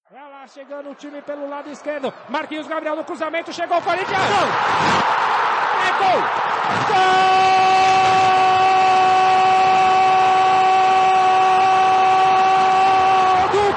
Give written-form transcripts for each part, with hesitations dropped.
Lá chegando o time pelo lado esquerdo. Marquinhos Gabriel no cruzamento. Chegou o Corinthians. Gol! É gol! Gol do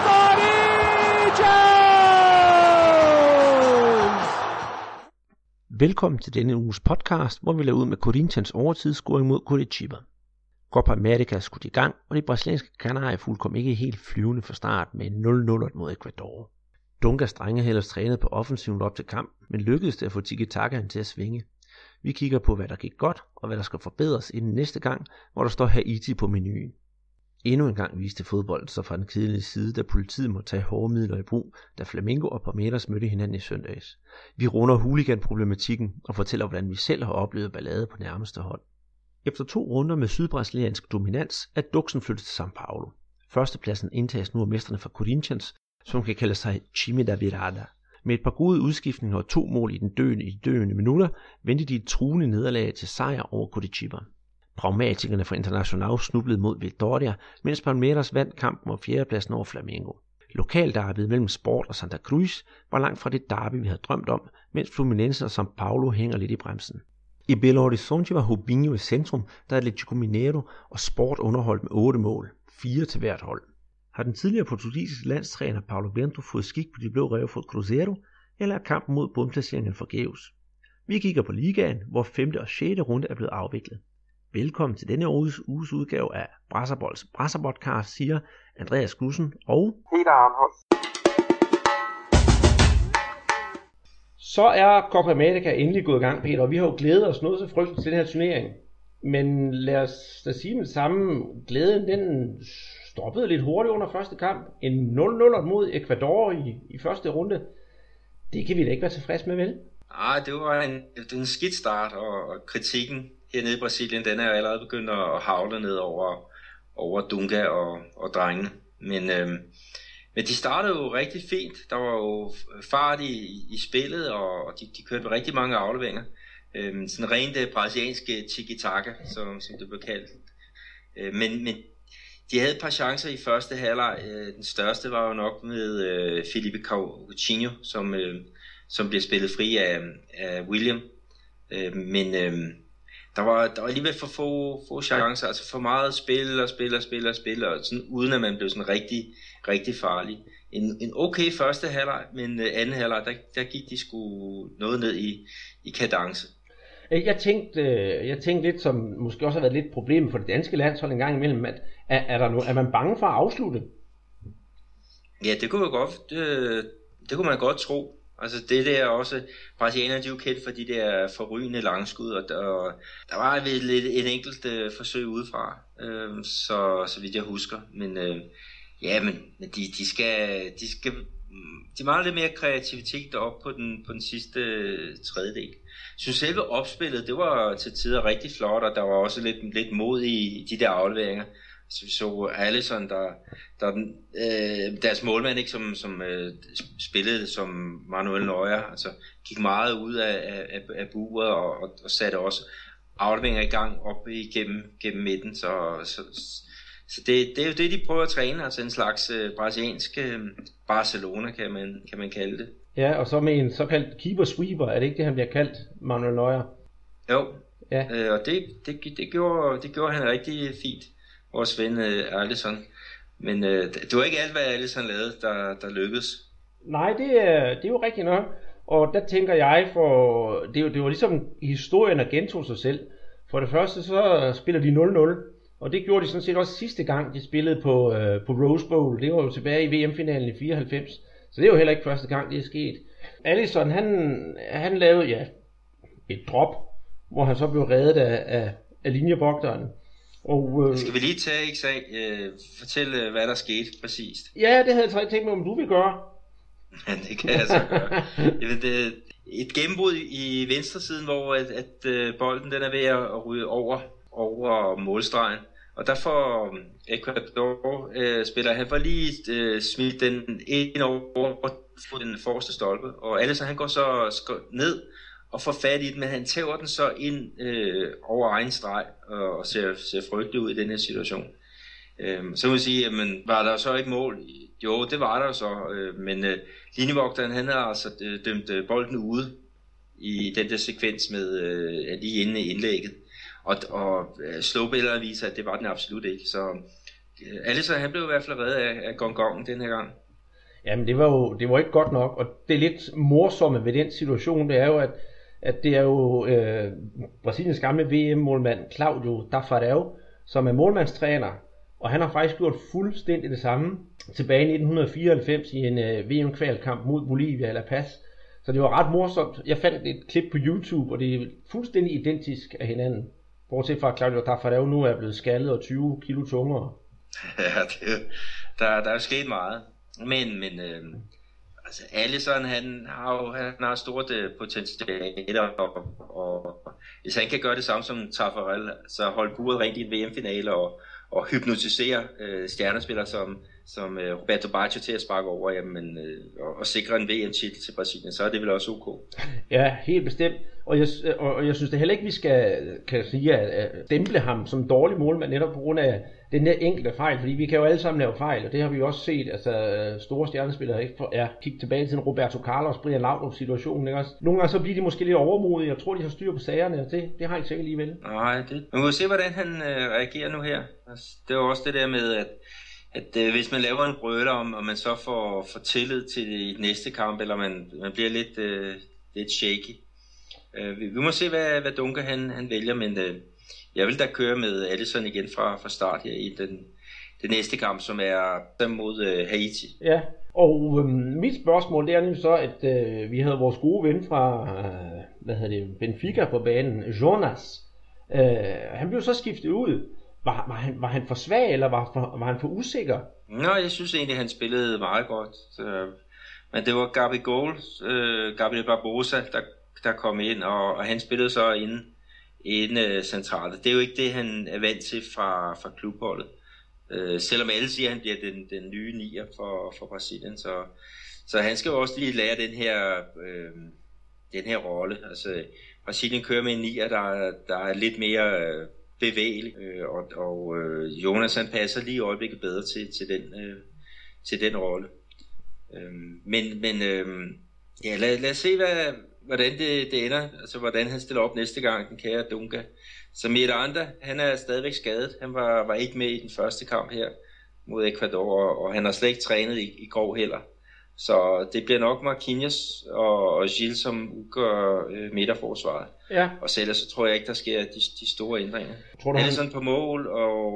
Corinthians! Velkommen til denne uges podcast, hvor vi lader ud med Corinthians overtidsscoring mod Curitiba. Copa America er skudt i gang, og de brasilianske kanariefugl kom ikke helt flyvende fra start med 0-0 mod Ecuador. Dungas drenge ellers trænede på offensiven op til kamp, men lykkedes det at få tiki-takaen til at svinge. Vi kigger på, hvad der gik godt, og hvad der skal forbedres inden næste gang, hvor der står Haiti på menuen. Endnu en gang viste fodbolden sig fra den kedelige side, da politiet må tage hårde midler i brug, da Flamengo og Palmeiras mødte hinanden i søndags. Vi runder hooligan-problematikken og fortæller, hvordan vi selv har oplevet ballade på nærmeste hold. Efter 2 runder med sydbrasiliansk dominans er Duxen flyttet til São Paulo. Førstepladsen indtages nu af mesterne fra Corinthians, som kan kalde sig Time da Virada. Med et par gode udskiftninger og 2 mål i de døende minutter, vendte de et truende nederlag til sejr over Curitiba. Pragmatikerne fra Internacional snublede mod Vitória, mens Palmeiras vandt kampen om 4. pladsen over Flamengo. Lokalderbyet mellem Sport og Santa Cruz var langt fra det derby, vi havde drømt om, mens Fluminense og São Paulo hænger lidt i bremsen. I Belo Horizonte var Rubinho i centrum, der Atlético Mineiro og Sport underholdt med 8 mål, 4 til hvert hold. Har den tidligere portugisiske landstræner Paulo Bento fået skik på de blå ræve for Cruzeiro, eller er kampen mod bundplaceringen forgæves? Vi kigger på ligaen, hvor 5. og 6. runde er blevet afviklet. Velkommen til denne uges udgave af Brasserbolds Brasserpodcast, siger Andreas Knudsen og Peter Arnholdt. Så er Copa America endelig gået i gang, Peter, og vi har jo glædet os noget så frygteligt til den her turnering. Men lad os da sige med det samme, glæden den stoppede lidt hurtigt under første kamp. En 0-0 mod Ecuador i første runde. Det kan vi da ikke være tilfreds med, vel? Nej, det var en skidt start, og kritikken hernede i Brasilien, den er jo allerede begyndt at havle ned over Dunga og drengene. Men de startede jo rigtig fint. Der var jo fart i spillet, og de kørte med rigtig mange afleveringer. Sådan rent brasilianske tiki-taka, som det blev kaldt. Men de havde et par chancer i første halvleg. Den største var jo nok med Felipe Coutinho, som blev spillet fri af William. Men der var alligevel for få chancer, altså for meget spil, og sådan, uden at man blev sådan rigtig farlig. En okay første halvleg, men anden halvleg, der gik de sgu noget ned i kadence. Jeg tænkte lidt, som måske også har været lidt et problem for det danske landshold en gang imellem, at er man bange for at afslutte? Ja, det kunne man godt tro. Altså det der også, brasilianerne de er jo kendt for de der forrygende langskud, og der var et enkelt forsøg udefra, så vidt jeg husker. Men de mangler lidt mere kreativitet deroppe på den sidste tredjedel. Så selve opspillet, det var til tider rigtig flot, og der var også lidt mod i de der afleveringer. Så vi så Alisson, deres målmand, ikke, som spillede som Manuel Neuer, altså gik meget ud af buret og satte også afleveringer i gang op igennem midten. Så det er jo det, de prøver at træne, altså en slags brasiliansk Barcelona, kan man kalde det. Ja, og så med en såkaldt keeper sweeper, er det ikke det, han bliver kaldt, Manuel Neuer? Jo, ja. Og det gjorde han rigtig fint, vores ven Alisson. Men det var ikke alt, hvad Alisson lavede, der lykkedes. Nej, det er jo rigtigt nok. Og der tænker jeg, for det var ligesom historien, der gentog sig selv. For det første, så spiller de 0-0. Og det gjorde de sådan set også sidste gang, de spillede på Rose Bowl. Det var jo tilbage i VM-finalen i 94. Så det er jo heller ikke første gang, det er sket. Alisson, han lavede et drop, hvor han så blev reddet af linjevogteren. Og, skal vi lige fortælle, hvad der skete præcist? Ja, det havde jeg så ikke tænkt mig, om du vil gøre. Ja, det kan jeg så gøre. Et gennembrud i venstre siden, hvor at bolden den er ved at ryge over målstregen. Og der får Ecuador spiller, han får lige smidt den ind over den forreste stolpe. Og Alisson han går så ned og får fat i den, men han tæver den så ind over egen streg og ser frygtelig ud i den her situation. Så må jeg sige, men var der så ikke mål? Jo, det var der så, men linjevogteren han havde altså dømt bolden ude i den der sekvens med lige inden indlægget, og slowbilleder viser, at det var den absolut ikke, så Alisson han blev i hvert fald reddet af gongongen den her gang. Jamen det var ikke godt nok, og det er lidt morsomme ved den situation, det er jo, at det er jo Brasiliens gamle VM-målmand Claudio Taffarel, som er målmandstræner, og han har faktisk gjort fuldstændig det samme tilbage i 1994 i en VM-kvalkamp mod Bolivia eller La Paz. Så det var ret morsomt. Jeg fandt et klip på YouTube, og det er fuldstændig identisk af hinanden. Bortset fra, at Claudio Taffarel nu er blevet skaldet og 20 kilo tungere. Ja, der er jo sket meget. Men altså Alisson, han har stort potentiale, og hvis han kan gøre det samme som Taffarel, så holde buret rent i en VM-finale og hypnotisere stjernespillere som Roberto Baggio til at sparke over, jamen, og sikre en VM-titel til Brasilien, så er det vel også ok. Ja, helt bestemt. Og jeg synes det heller ikke, vi kan sige at stemple ham som dårlig målmand, netop på grund af den der enkelte fejl, fordi vi kan jo alle sammen lave fejl, og det har vi jo også set, altså store stjernespillere, ikke? Kig tilbage til Roberto Carlos, Brian Laudrup situationen, ikke også? Nogle gange så bliver de måske lidt overmodige, jeg tror de har styr på sagerne, og det har ikke sikkert alligevel. Nej, man må se hvordan han reagerer nu her. Altså, det er jo også det der med, at hvis man laver en brøler om, og man så får tillid til næste kamp, eller man bliver lidt shaky. Vi må se, hvad Dunga han vælger, men jeg vil da køre med Alisson igen fra start her i den næste kamp, som er mod Haiti. Ja, og mit spørgsmål det er nu så, at vi havde vores gode ven fra Benfica på banen, Jonas. Han blev så skiftet ud. Var han for svag, eller var han for usikker? Nå, jeg synes egentlig, han spillede meget godt. Men det var Gabriel Barbosa, der kom ind, og han spillede så inde centralt. Det er jo ikke det, han er vant til fra klubholdet. Selvom alle siger, at han bliver den nye nier for Brasilien. Så han skal jo også lige lære den her rolle. Altså, Brasilien kører med en nier, der er lidt mere bevægelig, og Jonas han passer lige i øjeblikket bedre til den rolle. Men lad os se, hvordan det ender, altså hvordan han stiller op næste gang, den kære Dunga. Så Miranda, han er stadigvæk skadet. Han var ikke med i den første kamp her mod Ecuador, og han har slet ikke trænet i går heller. Så det bliver nok Marquinhos og Gilles, som udgør midterforsvaret. Ja. Og selv så tror jeg ikke, der sker de store ændringer. Alisson på mål,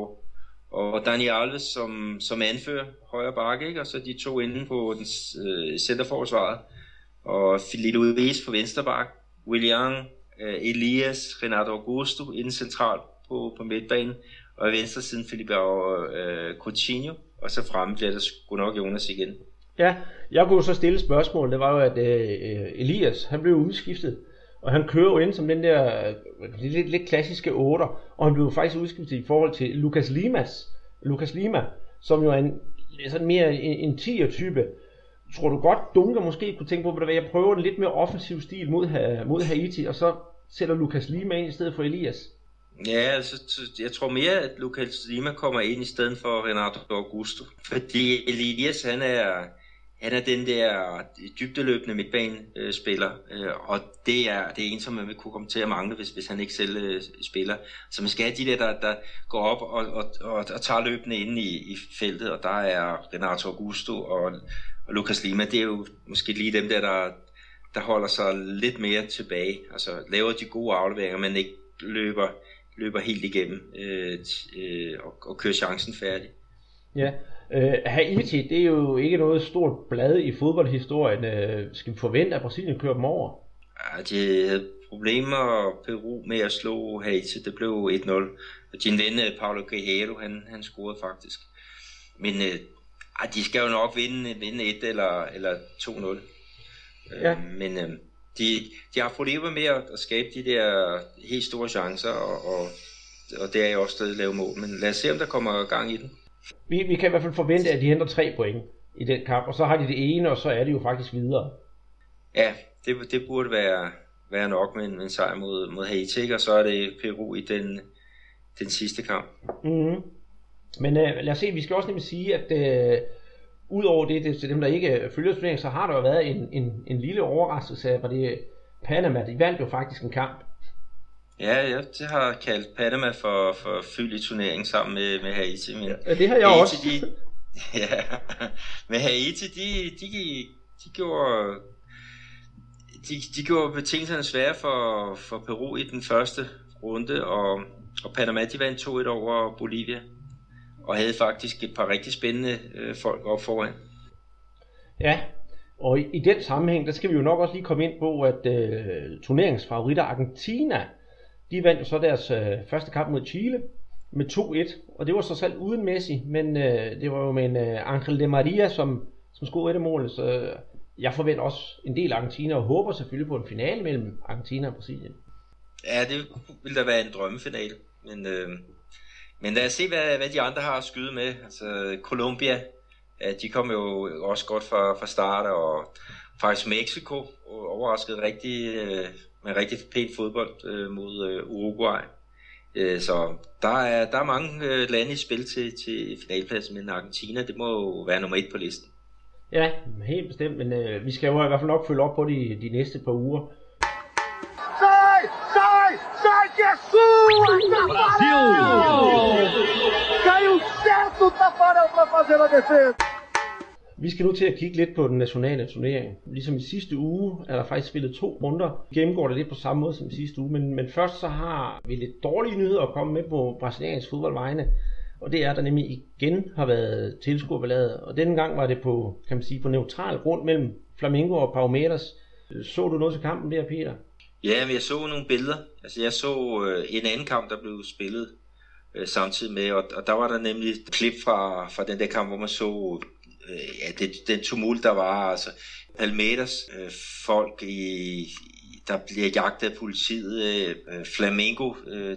og Dani Alves som anfører højre bakke, ikke? Og så de to inde på den centerforsvaret. Og Filipe Luis på venstre bak, Willian, Elias, Renato Augusto inden centralt på midtbanen, og i venstre siden Felipe Coutinho, og så fremme bliver der sgu nok Jonas igen. Ja, jeg kunne så stille spørgsmål. Det var jo, at Elias, han blev udskiftet, og han kører jo ind som den der lidt klassiske 8'er, og han blev faktisk udskiftet i forhold til Lucas Lima, som jo er sådan mere en 10'er-type. Tror du godt, Dunga måske kunne tænke på, at jeg prøver en lidt mere offensiv stil mod Haiti, og så sætter Lucas Lima ind i stedet for Elias? Ja, altså, jeg tror mere, at Lucas Lima kommer ind i stedet for Renato Augusto. Fordi Elias, han er den der dybdeløbende midtbanespiller, og det er en, som man vil kunne komme til at mangle, hvis han ikke selv spiller. Så man skal have de der går op og tager løbende inde i feltet, og der er Renato Augusto og Lucas Lima, det er jo måske lige dem der holder sig lidt mere tilbage, altså laver de gode afleveringer, men ikke løber helt igennem og kører chancen færdig. Ja, Haiti, det er jo ikke noget stort blad i fodboldhistorien. Skal vi forvente, at Brasilien kører dem over? Ja, de havde problemer Peru med at slå Haiti. Det blev 1-0. Og din ven Paulo Guerrero, han scorede faktisk. Men de skal jo nok vinde 1 eller 2-0. Ja. Men de har problemer med at skabe de der helt store chancer, og det er jo også stadig lave mål. Men lad os se, om der kommer gang i den. Vi kan i hvert fald forvente, at de henter 3 point i den kamp, og så har de det ene, og så er de jo faktisk videre. Ja, det burde være nok med en sejr mod Haiti, og så er det Peru i den sidste kamp. Mm-hmm. Men lad os se, vi skal også nemlig sige, at udover det til dem, der ikke følger turneringen, så har der jo været en lille overraskelse af, hvor det Panama, de vandt jo faktisk en kamp. Ja, det har kaldt Panama for fyld i turneringen sammen med Haiti. Men ja, det har jeg Haiti, også. Ja, men Haiti, de gjorde betingelserne svære for Peru i den første runde, og Panama, de vandt 2-1 over Bolivia, og havde faktisk et par rigtig spændende folk op foran. Ja, og i den sammenhæng, der skal vi jo nok også lige komme ind på, at turneringsfavoritter Argentina, de vandt jo så deres første kamp mod Chile med 2-1, og det var så selv uden Messi, men det var jo med en Ángel Di María, som scorede et mål, så jeg forventer også en del Argentina, og håber selvfølgelig på en finale mellem Argentina og Brasilien. Ja, det ville da være en drømmefinale, men lad os se, hvad de andre har at skyde med. Altså Colombia, de kom jo også godt fra start, og faktisk Mexico overraskede med rigtig pæn fodbold mod Uruguay. Så der er mange lande i spil til finalpladsen, men Argentina, det må jo være nummer 1 på listen. Ja, helt bestemt, men vi skal jo i hvert fald nok følge op på de næste par uger. Sai, que é sua! Brasil! Caiu certo o Tafarel para fazer a defesa. Vi skal nu til at kigge lidt på den nationale turnering. Ligesom i sidste uge er der faktisk spillet 2 runder. Vi gennemgår det lidt på samme måde som i sidste uge, men først så har vi lidt dårlige nyheder at komme med på brasiliansk fodboldvejene. Og det er, der nemlig igen har været tilskuerballade. Og denne gang var det på, kan man sige, på neutral grund mellem Flamengo og Palmeiras. Så du noget til kampen der, Peter? Ja, men jeg så nogle billeder. Altså jeg så en anden kamp, der blev spillet samtidig med, og der var der nemlig et klip fra den der kamp, hvor man så den tumult, der var. Altså Palmeiras folk, der bliver jagtet af politiet. Flamengo,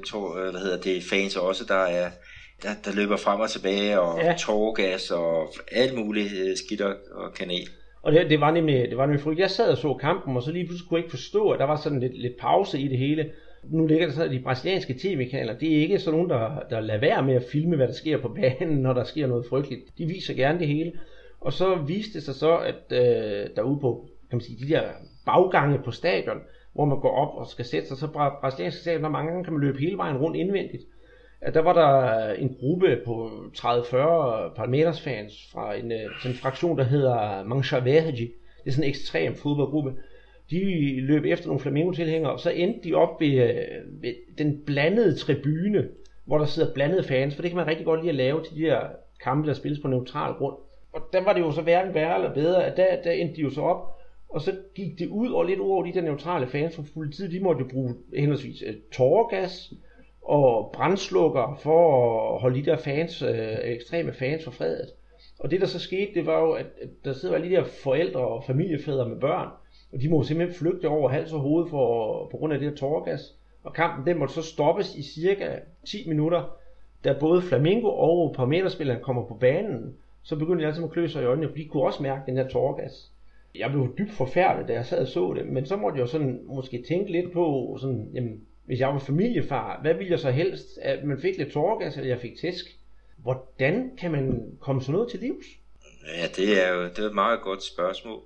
fans også, der løber frem og tilbage, og tåregas og alt muligt skidt og kanel. Og det var nemlig frygteligt. Jeg sad og så kampen, og så lige pludselig kunne jeg ikke forstå, at der var sådan lidt pause i det hele. Nu ligger der så de brasilianske tv-kanaler. Det er ikke sådan nogen, der lader være med at filme, hvad der sker på banen, når der sker noget frygteligt. De viser gerne det hele. Og så viste det sig så, at derude på, kan man sige, de der baggange på stadion, hvor man går op og skal sætte sig, så brasilianske stadion, der mange gange kan man løbe hele vejen rundt indvendigt. At der var der en gruppe på 30-40 Palmeiras fans fra en fraktion, der hedder Mancha Verde. Det er sådan en ekstrem fodboldgruppe. De løb efter nogle Flamengo-tilhængere, og så endte de op ved den blandede tribune, hvor der sidder blandede fans, for det kan man rigtig godt lide at lave til de her kampe, der spilles på neutral grund. Og der var det jo så hverken værre eller bedre, at der endte de jo så op, og så gik det ud over de der neutrale fans, for politiet, de måtte jo bruge henholdsvis tåregas og brandslukker for at holde de der fans, ekstreme fans for fredet. Og det der så skete, det var jo, at der sidder alle de der forældre og familiefædre med børn, og de må simpelthen flygte over hals og hoved på grund af det her tåregas. Og kampen, den måtte så stoppes i cirka 10 minutter, da både Flamengo og Palmeiras-spillerne kommer på banen. Så begyndte de altså at klø sig i øjnene, for de kunne også mærke den her tåregas. Jeg blev dybt forfærdet, da jeg sad og så det, men så måtte jeg jo sådan måske tænke lidt på, sådan, jamen, hvis jeg var familiefar, hvad ville jeg så helst? At man fik lidt tåregas, eller jeg fik tæsk? Hvordan kan man komme sådan noget til livs? Ja, det er et meget godt spørgsmål.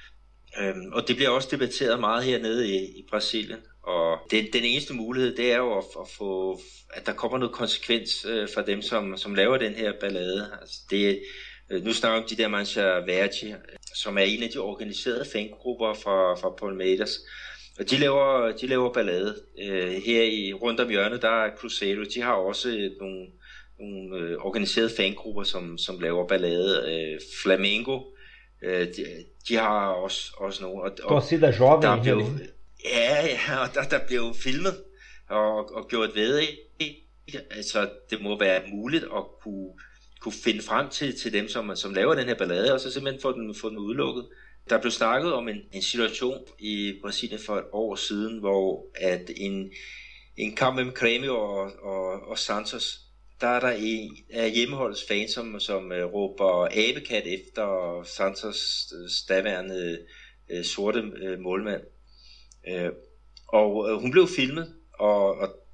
Og det bliver også debatteret meget hernede i Brasilien. Og den eneste mulighed, det er jo at få, at der kommer noget konsekvens for dem, som laver den her ballade. Altså nu snakker vi om de der Mancha Verde, som er en af de organiserede fangrupper fra Palmeiras. Og de laver ballade. Her rundt om hjørnet, der er Cruzeiro. De har også nogle organiserede fangrupper, som laver ballade. Flamengo, de har også nogle. Og der blev filmet og gjort ved i. Altså, det må være muligt at kunne finde frem til dem, som laver den her ballade, og så simpelthen få den udelukket. Der blev snakket om en situation i Brasilien for et år siden, hvor at en kamp mellem Grêmio og Santos, der er der en af hjemmeholdets fans, som råber abekat efter Santos daværende sorte målmand. Og hun blev filmet, og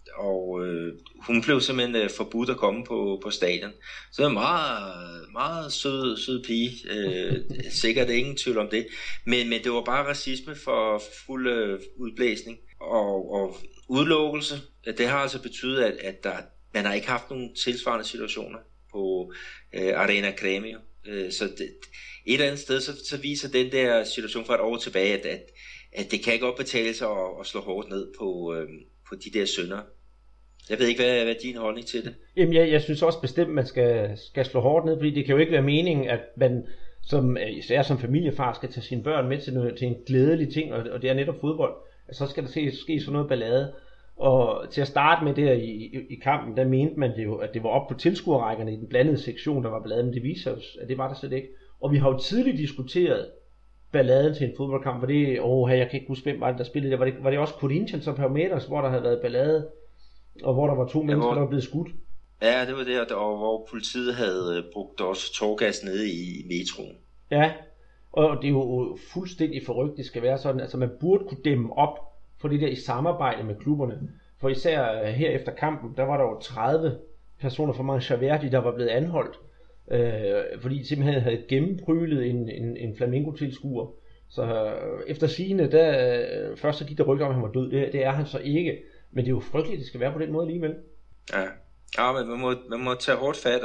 hun blev simpelthen forbudt at komme på stadion. Så det var en meget, meget sød pige, sikkert ingen tvivl om det, men det var bare racisme for fuld udblæsning og udelukkelse. Det har altså betydet, at man har ikke haft nogen tilsvarende situationer på Arena Grêmio. Så et eller andet sted, så viser den der situation for et år tilbage, at det kan godt betale sig at slå hårdt ned på de der synder. Jeg ved ikke, hvad er din holdning til det? Jamen, jeg synes også bestemt, at man skal slå hårdt ned, fordi det kan jo ikke være meningen, at man især som familiefar skal tage sine børn med til en glædelig ting, og det er netop fodbold. Så skal der ske sådan noget ballade. Og til at starte med der i kampen, der mente man det jo, at det var op på tilskuerrækkerne i den blandede sektion, der var ballade, men det viser os, at det var der slet ikke. Og vi har jo tidligt diskuteret balladen til en fodboldkamp, for det, jeg kan ikke huske, hvem var det, der spillede det. Var det også Corinthians og Palmeiras, hvor der havde været ballade, og hvor der var 2 mennesker, der var blevet skudt? Ja, det var det, og hvor politiet havde brugt også tårgas nede i metroen. Ja, og det er jo fuldstændig forrygt, det skal være sådan. Altså man burde kunne dæmme op for det der i samarbejde med klubberne. For især her efter kampen, der var der jo 30 personer fra Mancha-Verde, der var blevet anholdt. Fordi de simpelthen havde gennemprylet en Flamengo-tilskuer. Så efter sigende, først så gik der rygter om, at han var død. Det er han så ikke. Men det er jo frygteligt, det skal være på den måde alligevel. Ja, men man må tage hårdt fat,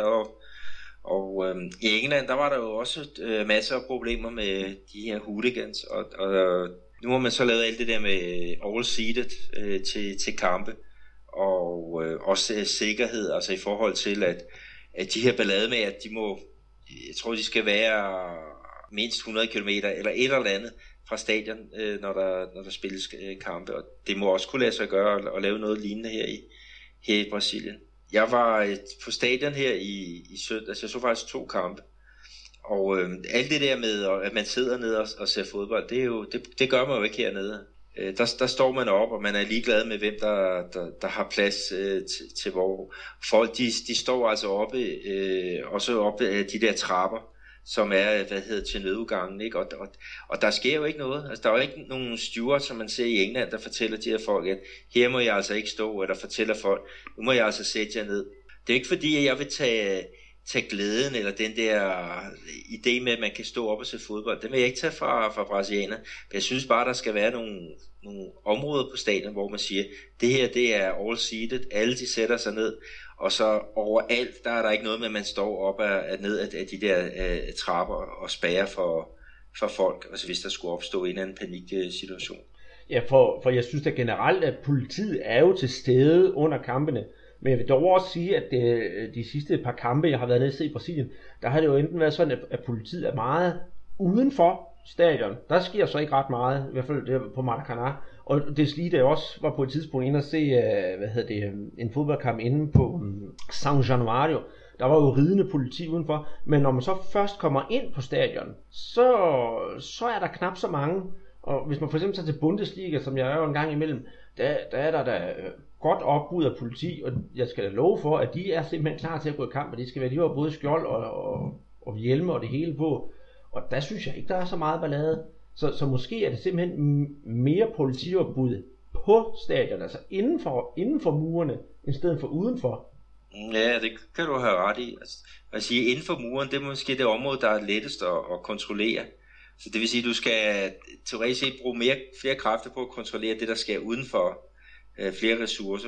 og i England, der var der jo også masser af problemer med de her hooligans, og nu har man så lavet alt det der med all-seated til kampe, og også sikkerhed, altså i forhold til, at de her ballademager, jeg tror, de skal være mindst 100 km eller et eller andet fra stadion, når der spilles kampe, og det må også kunne lade sig gøre at lave noget lignende her i Brasilien. Jeg var på stadion her i søndags, jeg så faktisk 2 kampe, og alt det der med, at man sidder ned og ser fodbold, det gør man jo ikke hernede. Der står man op, og man er ligeglad med, hvem der har plads til hvor. Folk, de står altså oppe, også oppe af de der trapper, som er, til nødudgangen, ikke? Og der sker jo ikke noget. Altså, der er jo ikke nogen steward, som man ser i England, der fortæller de her folk, at her må jeg altså ikke stå, eller fortæller folk, nu må jeg altså sætte jer ned. Det er ikke fordi, at jeg vil tage glæden, eller den der idé med, at man kan stå op og se fodbold. Det vil jeg ikke tage fra brasilianer. Men jeg synes bare, der skal være nogle områder på stadion, hvor man siger, det her, det er all-seated, alle de sætter sig ned, og så overalt, der er der ikke noget med, at man står op og ned af de der trapper og spærrer for folk, altså hvis der skulle opstå en eller anden paniksituation. Ja, for jeg synes da generelt, at politiet er jo til stede under kampene, men jeg vil dog også sige, at de sidste par kampe, jeg har været nede og se i Brasilien, der har det jo enten været sådan, at politiet er meget udenfor stadion. Der sker så ikke ret meget, i hvert fald på Maracanã. Og det lige der også var på et tidspunkt inde at se, en fodboldkamp inde på São Januário. Der var jo ridende politi udenfor, men når man så først kommer ind på stadion, så er der knap så mange. Og hvis man for eksempel tager til Bundesliga, som jeg er jo en gang imellem, der er der godt opbud af politi, og jeg skal da love for, at de er simpelthen klar til at gå i kamp, og de skal være, de har både skjold og hjelme og det hele på. Og der synes jeg ikke, der er så meget ballade. Så måske er det simpelthen mere politiopbud på stadion, altså inden for murene, i stedet for udenfor. Ja, det kan du have ret i. Altså, at sige, inden for muren, det er måske det område, der er lettest at kontrollere. Så det vil sige, at du skal teoretisk set bruge flere kræfter på at kontrollere det, der sker udenfor, flere ressourcer,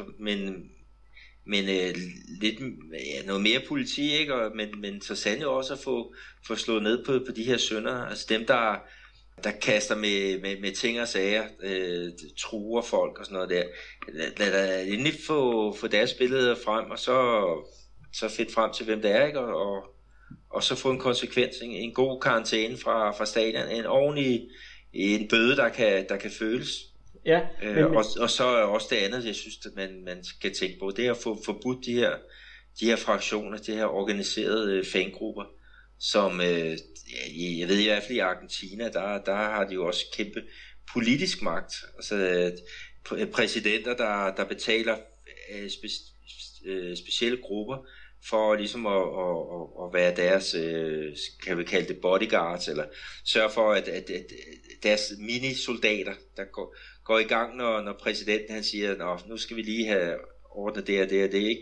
men lidt noget mere politi, ikke? Men så sandelig også at få slået ned på de her synder, altså dem, der kaster med ting og sager, truer folk og sådan noget der. Lad endelig få deres billeder frem, og så fedt frem til, hvem det er, ikke? Og så få en konsekvens, en god karantæne fra stadion, en ordentlig en bøde, der kan føles. Ja, og så er også det andet, jeg synes, at man skal tænke på, det er at få forbudt de her fraktioner, de her organiserede fangrupper, som jeg ved i hvert fald i Argentina, der har de jo også kæmpe politisk magt, altså præsidenter, der betaler specielle grupper for ligesom at være deres, kan vi kalde det bodyguards, eller sørge for, at deres minisoldater, der går i gang, når præsidenten han siger, nu skal vi lige have ordne det og det, ikke?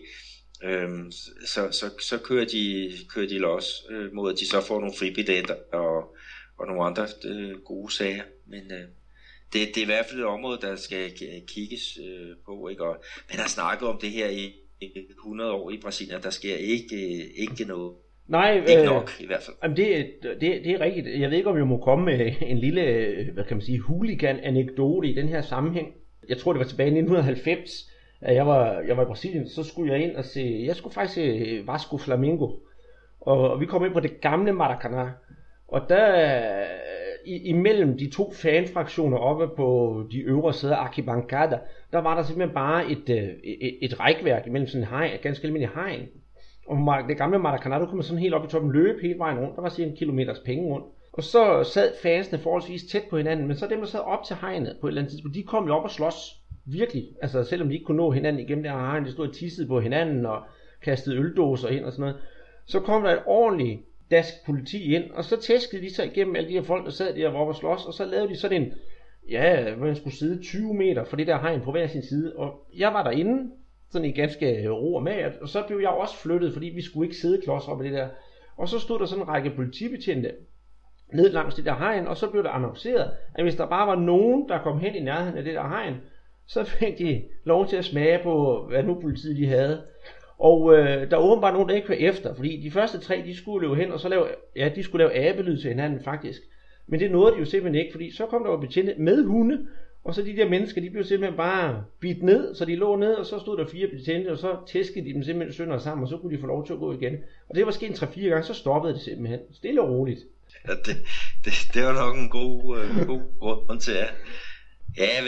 Så kører de los mod, at de så får nogle fribilletter og nogle andre gode sager. Men det er i hvert fald et område, der skal kigges på, ikke? Og man har snakket om det her i 100 år i Brasilien, der sker ikke noget. Nej, ikke nok i hvert fald. Jamen det er rigtigt. Jeg ved ikke, om jeg må komme med en lille, hvad kan man sige, hooligan-anekdote i den her sammenhæng. Jeg tror, det var tilbage i 1990, at jeg var i Brasilien, så skulle jeg ind og se, jeg skulle faktisk se Vasco Flamengo. Og vi kom ind på det gamle Maracanã. Og der, imellem de to fanfraktioner oppe på de øvre sæder, Arquibancada, der var der simpelthen bare et rækværk imellem sådan en hegn, et ganske almindelig hegn. Og det gamle Maracanã, der kunne man sådan helt op i toppen løbe hele vejen rundt. Der var cirka 1 kilometers penge rundt. Og så sad fansene forholdsvis tæt på hinanden, men så dem, der sad op til hegnet på et eller andet tidspunkt, de kom jo op og slås. Virkelig. Altså selvom de ikke kunne nå hinanden igennem det her hegn, de stod og tissede på hinanden og kastede øldåser ind og sådan noget. Så kom der et ordentligt dask politi ind, og så tæskede de sig igennem alle de her folk, der sad der oppe og slås, og så lavede de sådan en, ja, hvor man skulle sidde 20 meter fra det der hegn på hver sin side. Og jeg var derinde, sådan i ganske ro og magert, og så blev jeg også flyttet, fordi vi skulle ikke sidde klods op i det der. Og så stod der sådan en række politibetjente ned langs det der hegn, og så blev der annonceret, at hvis der bare var nogen, der kom hen i nærheden af det der hegn, så fik de lov til at smage på, hvad nu politiet de havde. Og der var åbenbart nogen, der ikke hørte efter, fordi de første 3, de skulle løbe hen, og så lave abelyd til hinanden faktisk. Men det nåede de jo simpelthen ikke, fordi så kom der jo betjente med hunde, og så de der mennesker, de blev simpelthen bare bidt ned, så de lå ned, og så stod der 4 betjente, og så tæskede de dem simpelthen sønder sammen, og så kunne de få lov til at gå igen. Og det var sket 3-4 gange, så stoppede det simpelthen. Stille og roligt. Ja, det var nok en god grund til, at ja, men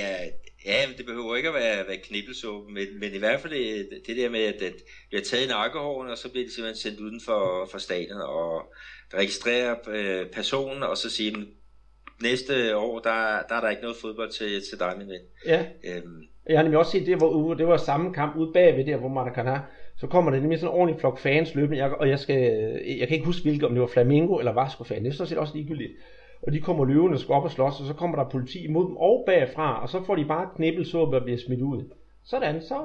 det behøver ikke at være knibbelsuppe, men i hvert fald det der med, at vi har taget nakkehårene, og så bliver de simpelthen sendt uden for stadion, og registrerer personen, og så siger dem, næste år, der er der ikke noget fodbold til dig, min ven. Ja, jeg har nemlig også set, det var samme kamp ude bagved der, hvor Maracanã, så kommer der nemlig sådan en ordentlig flok fans løbende, og jeg kan ikke huske hvilket, om det var Flamengo eller Vasco-fan, det er sådan set også ligegyldigt. Og de kommer løbende og skal op og slås, og så kommer der politi imod dem og bagfra, og så får de bare knibbelsuppe og bliver smidt ud. Sådan, så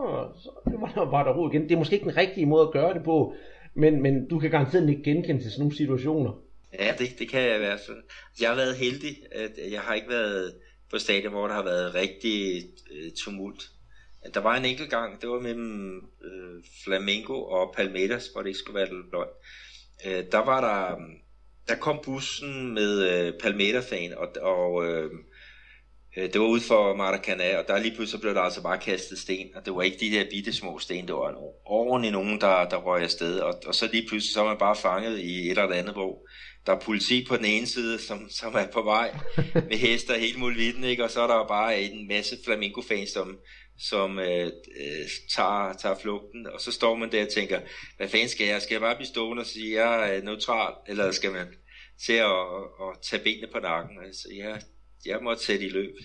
var der ro igen. Det er måske ikke den rigtige måde at gøre det på, men du kan garanteret ikke genkende til sådan nogle situationer. Ja, det kan jeg i hvert fald. Jeg har været heldig, at jeg har ikke været på stadion, hvor der har været rigtig tumult. Der var en enkelt gang, det var mellem Flamengo og Palmeiras, hvor det ikke skulle være løgn. Der kom bussen med Palmeiras-fan, og det var ude for Maracanã, og der lige pludselig blev der altså bare kastet sten, og det var ikke de der bitte små sten, det var ordentligt nogen, der røg afsted, og så lige pludselig så er man bare fanget i et eller andet, hvor der er politi på den ene side, som er på vej med hester helt muligheden, ikke? Og så er der bare en masse Flamengo-fans, som tager flugten, og så står man der og tænker, hvad fanden skal jeg? Skal jeg bare blive stående og sige, jeg er neutral, eller skal man til at tage benene på nakken? Altså, jeg måtte sætte i løb.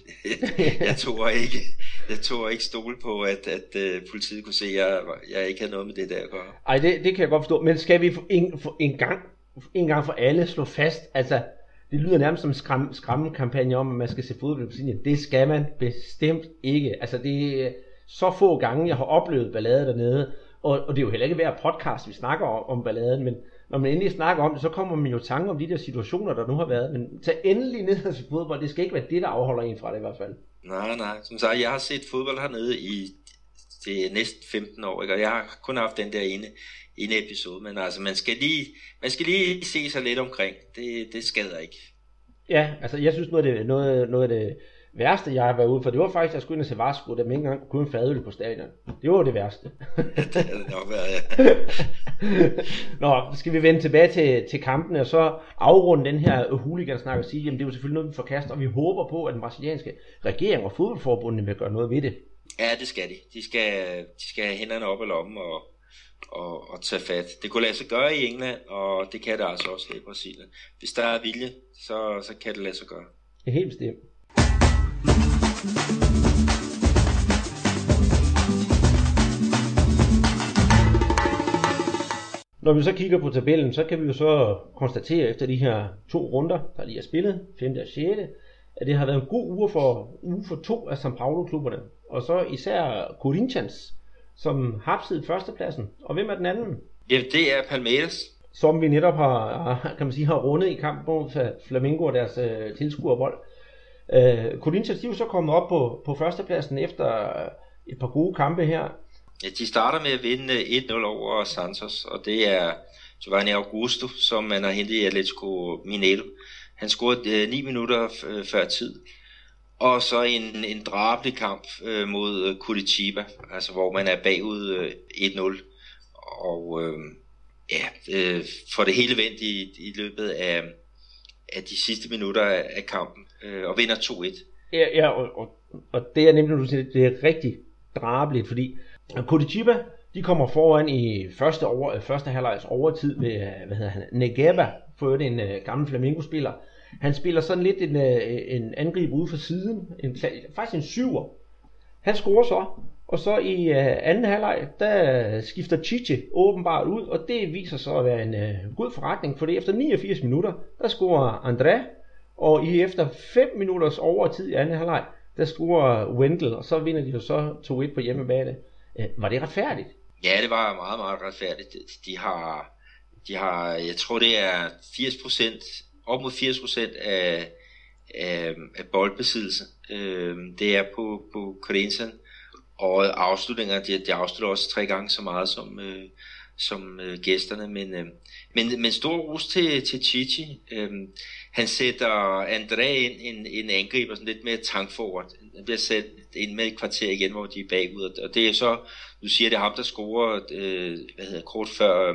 Jeg tog ikke stole på, at politiet kunne se, at jeg ikke havde noget med det der at gøre. Ej, det kan jeg godt forstå, men skal vi en gang for alle slå fast, altså det lyder nærmest som en skræmmekampagne om, at man skal se fodbold på Brasilien. Det skal man bestemt ikke. Altså det er så få gange, jeg har oplevet ballade dernede, og det er jo heller ikke hver podcast, vi snakker om balladen, men når man endelig snakker om det, så kommer man jo tanke om de der situationer, der nu har været. Men tag endelig ned og se fodbold, det skal ikke være det, der afholder en fra det i hvert fald. Nej. Som sagt, jeg har set fodbold hernede i det næsten 15 år, ikke? Og jeg har kun haft den der ene episode, men altså man skal lige se sig lidt omkring. Det skader ikke. Ja, altså jeg synes noget af det værste, jeg har været ude for, det var faktisk, at jeg skulle ind og se Vasco, der ikke engang kunne en fadøl på stadion. Det var det værste. Det havde det nok været, ja. Nå, skal vi vende tilbage til kampene, og så afrunde den her hooligan-snak og sige, jamen det er jo selvfølgelig noget, vi forkaster, og vi håber på, at den brasilianske regering og fodboldforbundet vil gøre noget ved det. Ja, det skal de. De skal have hænderne op i lommen og tage fat. Det kunne lade sig gøre i England, og det kan det altså også her i Brasilien. Hvis der er vilje, så kan det lade sig gøre. Det er helt bestemt. Når vi så kigger på tabellen, så kan vi jo så konstatere efter de her 2 runder, der lige er spillet, 5. og 6., at det har været en god uge for 2 af São Paulo-klubberne. Og så især Corinthians som hapsede førstepladsen. Og hvem er den anden? Ja, det er Palmeiras. Som vi netop har rundet i kampen mod Flamengo og deres tilskuervold. Corinthians, de er jo så kommet op på førstepladsen efter et par gode kampe her. Ja, de starter med at vinde 1-0 over Santos, og det er Giovanni Augusto, som man har hentet i Atlético Mineiro. Han scorede 9 minutter før tid. Og så en drabelig kamp mod Curitiba, altså hvor man er bagud 1-0. Og får det hele vendt i løbet af de sidste minutter af kampen, og vinder 2-1. Ja, og det er nemlig, du siger, det er rigtig drabeligt, fordi Curitiba, de kommer foran i første halvlejs overtid ved, Negeba, for en gammel Flamengo-spiller. Han spiller sådan lidt en angreb ude for siden, faktisk en syver. Han scorer så, og så i anden halvleg, der skifter Chiche åbenbart ud, og det viser sig at være en god forretning, for det efter 89 minutter, der scorer André, og efter 5 minutters overtid i anden halvleg, der scorer Wendel, og så vinder de jo så 2-1 på hjemmebane. Var det retfærdigt? Ja, det var meget, meget retfærdigt. De har, jeg tror det er 80%, op mod 80% af boldbesiddelse. Det er på Corinthians, og afslutninger, de afslutter også 3 gange så meget som gæsterne, men stor ros til Chichi. Han sætter André ind en angriber sådan lidt mere tankforward. Han bliver sat ind med et kvarter igen, hvor de er bagud, og det er så, du siger, det er ham, der scorer kort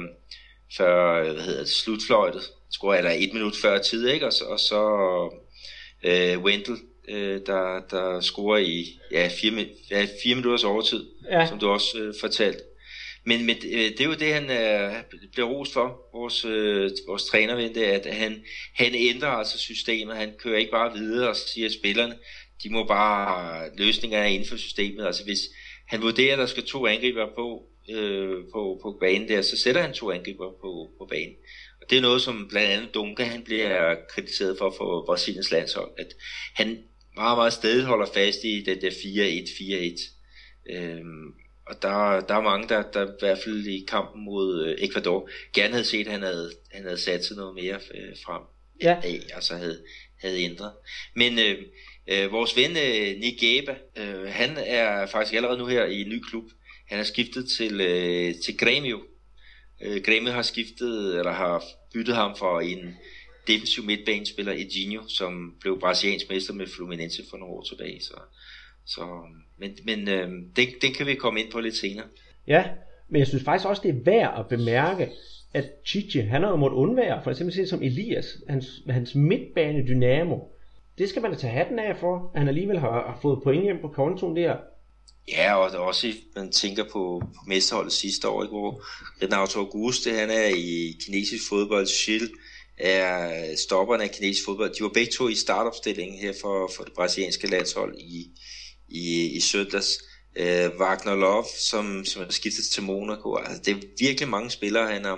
før slutfløjtet. Scorer der 1 minut før tid, ikke? Og så Wendel, der scorer i 4 minutters overtid, som du også fortalte. Men det er jo det, han bliver rost for, vores trænerven, det er, at han ændrer altså systemet. Han kører ikke bare videre og siger, at spillerne, de må bare løsninger inden for systemet. Altså hvis han vurderer, at der skal 2 angriber på banen der, så sætter han 2 angriber på banen. Og det er noget, som blandt andet Dunga, han bliver kritiseret for Brasiliens landshold, at han meget, meget stadig holder fast i det der 4-1. Og der er mange, der i hvert fald i kampen mod Ecuador gerne havde set, at han havde sat sig noget mere frem. Ja. Altså havde ændret. Men vores ven Negeba, han er faktisk allerede nu her i en ny klub. Han er skiftet til Grêmio. Grêmio har byttet ham for en defensiv midtbanespiller, Edinho, som blev brasiliansk mester med Fluminense for nogle år tilbage. Men den kan vi komme ind på lidt senere. Ja, men jeg synes faktisk også, det er værd at bemærke, at Chiche, han har jo måttet undvære, for eksempel som Elias, hans midtbane Dynamo. Det skal man da tage hatten af for, at han alligevel har fået point hjem på kontoen der. Ja, og også man tænker på mesterholdet sidste år, ikke, hvor Renato Augusto, han er i kinesisk fodbold, Chile er stopperne af kinesisk fodbold. De var begge to i startopstillingen her for det brasilianske landshold i søndags. Wagner Love, som er skiftet til Monaco. Altså, det er virkelig mange spillere, han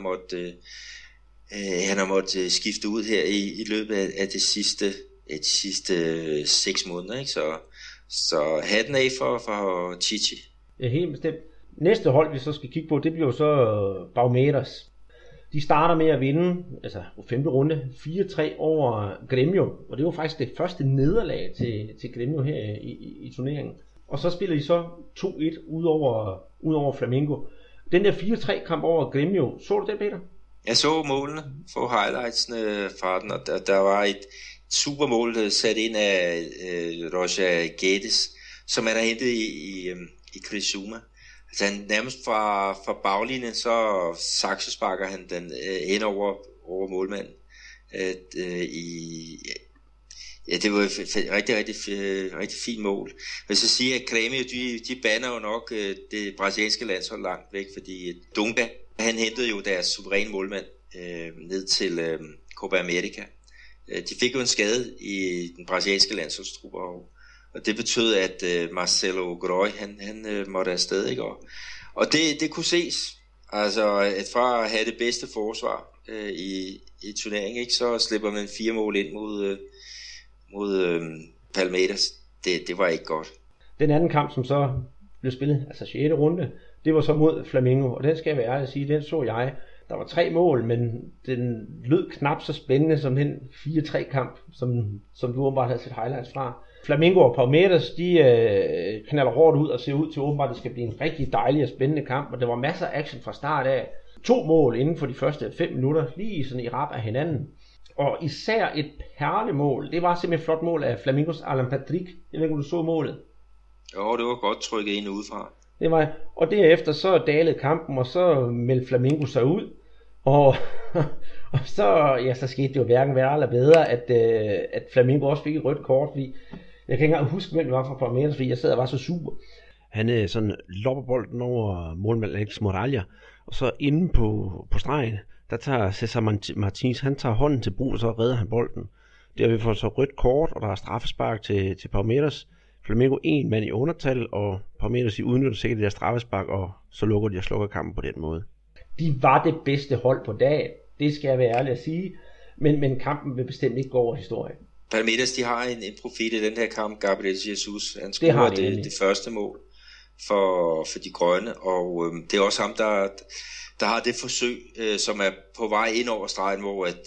har måttet skifte ud her i løbet af de sidste 6 måneder, ikke? Så hatten af for Chichi. Ja, helt bestemt. Næste hold, vi så skal kigge på, det bliver jo så Palmeiras. De starter med at vinde, altså på 5. runde, 4-3 over Grêmio. Og det var faktisk det første nederlag til Grêmio her i turneringen. Og så spiller de så 2-1 ud over Flamengo. Den der 4-3 kamp over Grêmio, så du det, Peter? Jeg så målene for highlightsene fra den, og der var et supermål sat ind af Roger Guedes, som han har hentet i Criciúma. Altså han nærmest fra baglinjen, så saksesparker han den hen over målmanden. Det var et rigtig fint mål. Men så siger jeg, at Grêmio, de bander jo nok det brasilianske landshold langt væk, fordi Dunga, han hentede jo deres suveræne målmand ned til Copa America. De fik jo en skade i den brasilianske landsholdstruppe, og det betød, at Marcelo Groy, han måtte afsted, ikke? Og det kunne ses, altså at fra at have det bedste forsvar i turneringen, ikke, så slipper man 4 mål ind mod Palmeiras. Det var ikke godt. Den anden kamp, som så blev spillet, altså 6. runde, Det var så mod Flamengo, og den skal jeg være ærlig at sige, den så jeg. Der var 3 mål, men den lød knap så spændende som den 4-3 kamp, som du åbenbart havde set highlights fra. Flamengo og Palmeiras, de knalder hårdt ud og ser ud til åbenbart, at det skal blive en rigtig dejlig og spændende kamp, og der var masser af action fra start af. 2 mål inden for de første 5 minutter, lige sådan i rap af hinanden. Og især et perlemål, det var simpelthen et flot mål af Flamengos Alan Patrick. Jeg ved ikke, om du så målet. Jo, det var godt trykket ind udefra. Det var, og derefter så dalede kampen, og så meldte Flamengo sig ud. Og så skete det jo hverken værre eller bedre, at Flamengo også fik et rødt kort, fordi jeg kan ikke engang huske, hvem det var fra Palmeiras, fordi jeg sad og var så super. Han sådan lopper bolden over målmand Alex Moralja, og så inde på stregen, der tager Cesar Martins, han tager hånden til brug, og så redder han bolden. Der vi får så rødt kort, og der er straffespark til Palmeiras. Flamengo 1 mand i undertal, og Palmeiras udnytter sikkert det der straffespark, og så lukker de og slukker kampen på den måde. De var det bedste hold på dagen, det skal jeg være ærlig at sige, men kampen vil bestemt ikke gå over historien. Palmeiras, de har en profil i den her kamp, Gabriel Jesus, han scorer det første mål for de grønne, og det er også ham, der har det forsøg, som er på vej ind over stregen, hvor at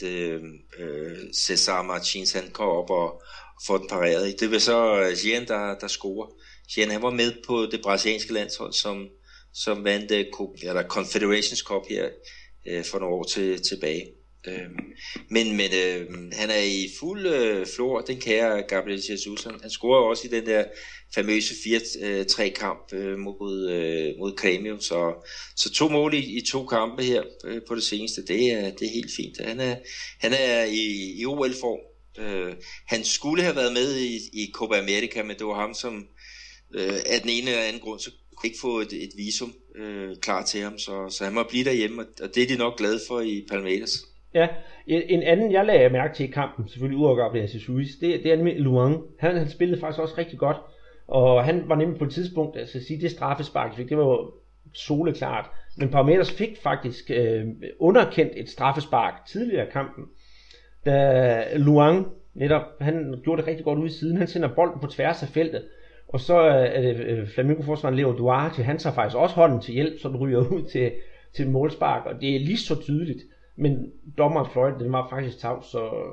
Cesar Martins, han går op og får den pareret. Det vil så Jean, der scorer. Jean, han var med på det brasilianske landshold, som vandt Confederations Cup her for nogle år tilbage. Men han er i fuld flor, den kære Gabriel Jesus. Han scorer også i den der famøse 4-3 kamp mod Grêmio. Så 2 mål i 2 kampe her på det seneste, det er helt fint. Han er i OL-form. Han skulle have været med i Copa America, men det var ham, som af den ene eller anden grund, så kunne ikke få et visum klar til ham, så han må blive derhjemme, og det er de nok glade for i Palmeiras. Ja, en anden jeg lagde mærke til i kampen, selvfølgelig udover Gabriel Jesus, det er nemlig Luan. Han spillede faktisk også rigtig godt, og han var nemlig på et tidspunkt, altså at sige, det straffespark, det var jo soleklart, men Palmeiras fik faktisk underkendt et straffespark tidligere i kampen, da Luan netop, han gjorde det rigtig godt ude i siden, han sender bolden på tværs af feltet, og så er det Flamengo-forsvaren Leo Duarte, han tager faktisk også hånden til hjælp, så den ryger ud til målspark, og det er lige så tydeligt. Men dommeren fløjte, den var faktisk tavs,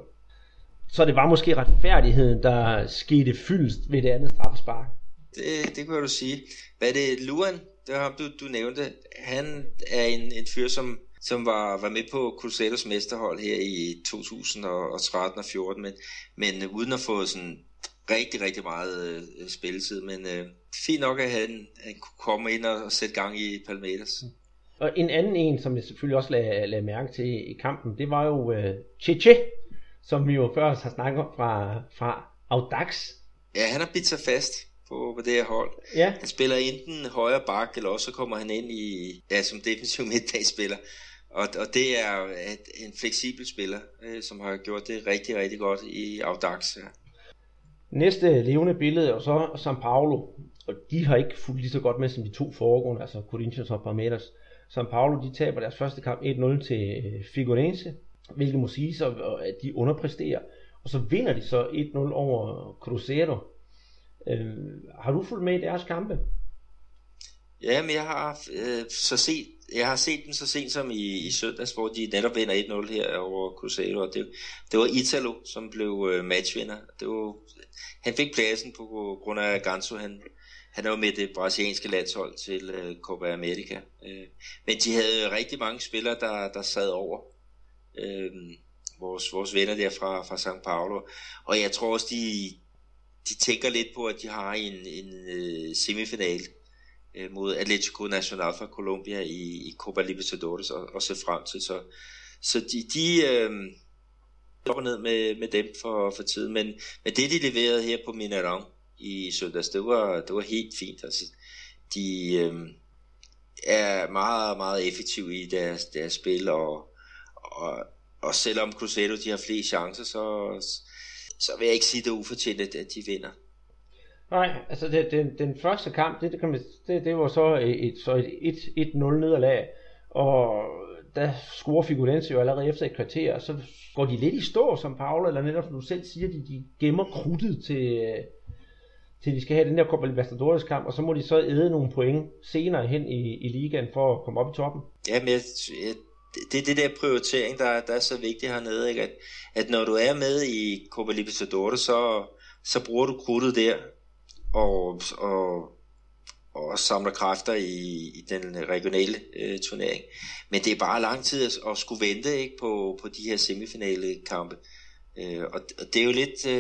så det var måske retfærdigheden, der skete fyldest ved det andet straffespark. Det kan du sige. Hvad er det, Luan? Det var ham, du nævnte. Han er en fyr, som var med på Crusaders mesterhold her i 2013 og 14, men uden at få sådan rigtig, rigtig meget spilletid. Men fint nok, at han kunne komme ind og sætte gang i Palmeiras. Og en anden en, som jeg selvfølgelig også lagde mærke til i kampen, det var jo Cheche, som vi jo før har snakket om fra Audax. Ja, han har bidt sig fast på det her hold. Ja. Han spiller enten højre bak, eller også så kommer han ind som defensiv midtdagsspiller. Og det er en fleksibel spiller, som har gjort det rigtig, rigtig godt i Audax. Ja. Næste levende billede er jo så São Paulo, og de har ikke fulgt lige så godt med som de 2 foregående, altså Corinthians og Palmeiras. São Paulo, de taber deres første kamp 1-0 til Figueirense, hvilket må sige så, at de underpresterer. Og så vinder de så 1-0 over Cruzeiro. Har du fulgt med i deres kampe? Ja, men jeg har set dem så sent som i søndags, hvor de netop vinder 1-0 her over Cruzeiro. Og det var Italo, som blev matchvinder. Han fik pladsen på grund af Ganso. Han er jo med det brasilianske landshold til Copa America. Men de havde rigtig mange spillere, der sad over. Vores venner der fra São Paulo. Og jeg tror også, de tænker lidt på, at de har en semifinal mod Atlético Nacional fra Colombia i Copa Libertadores og se frem til. Så de går ned med dem for tiden. Men det, de leverede her på Mineirão i søndags, det var helt fint. Altså, de er meget, meget effektive i deres spil, og selvom Cruzeiro de har flere chancer, så vil jeg ikke sige, det er ufortjent, at de vinder. Nej, altså den første kamp, det var så et 1-0 nederlag, og der scorer Figueirense jo allerede efter et kvarter, og så går de lidt i stå som Paulo, eller netop som du selv siger, de gemmer krudtet til de skal have den der Copa Libertadores kamp, og så må de så æde nogle point senere hen i ligaen for at komme op i toppen. Ja, men det er det der prioritering, der er så vigtigt hernede, ikke? At når du er med i Copa Libertadores, så bruger du krudtet der, og samler kræfter i den regionale turnering. Men det er bare lang tid at skulle vente, ikke, på de her semifinale kampe. Og det er jo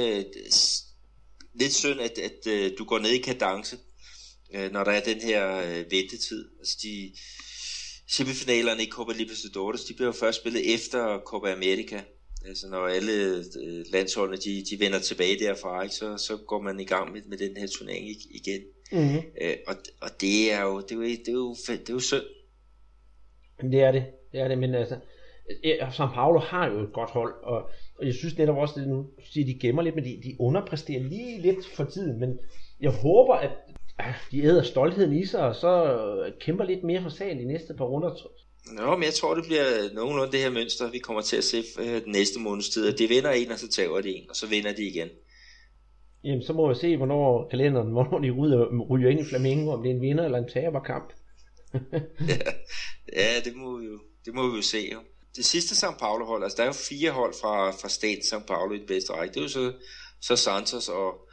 lidt synd, at du går ned i kadence, når der er den her ventetid. Altså de semifinalerne i Copa Libertadores, de bliver jo først spillet efter Copa America. Altså når alle landsholdene de vender tilbage derfra, ikke, så går man i gang med den her turnering igen. Mm-hmm. Og det er jo synd. Det er det, men altså São Paulo har jo et godt hold, og jeg synes netop også, at nu siger de gemmer lidt, men de underpresterer lige lidt for tiden, men jeg håber, at de æder stoltheden i sig, og så kæmper lidt mere for sagen i næste par runder. Nå, men jeg tror, det bliver nogenlunde det her mønster, vi kommer til at se den næste måneds tid. De vinder en, og så tager de en, og så vinder de igen. Jamen, så må vi se, hvornår de ryger ind i Flamengo, om det er en vinder eller en taberkamp. ja, det må vi jo se. Jo. Det sidste São Paulo hold, altså der er jo 4 hold fra staten São Paulo i den bedste række. Det er jo så Santos,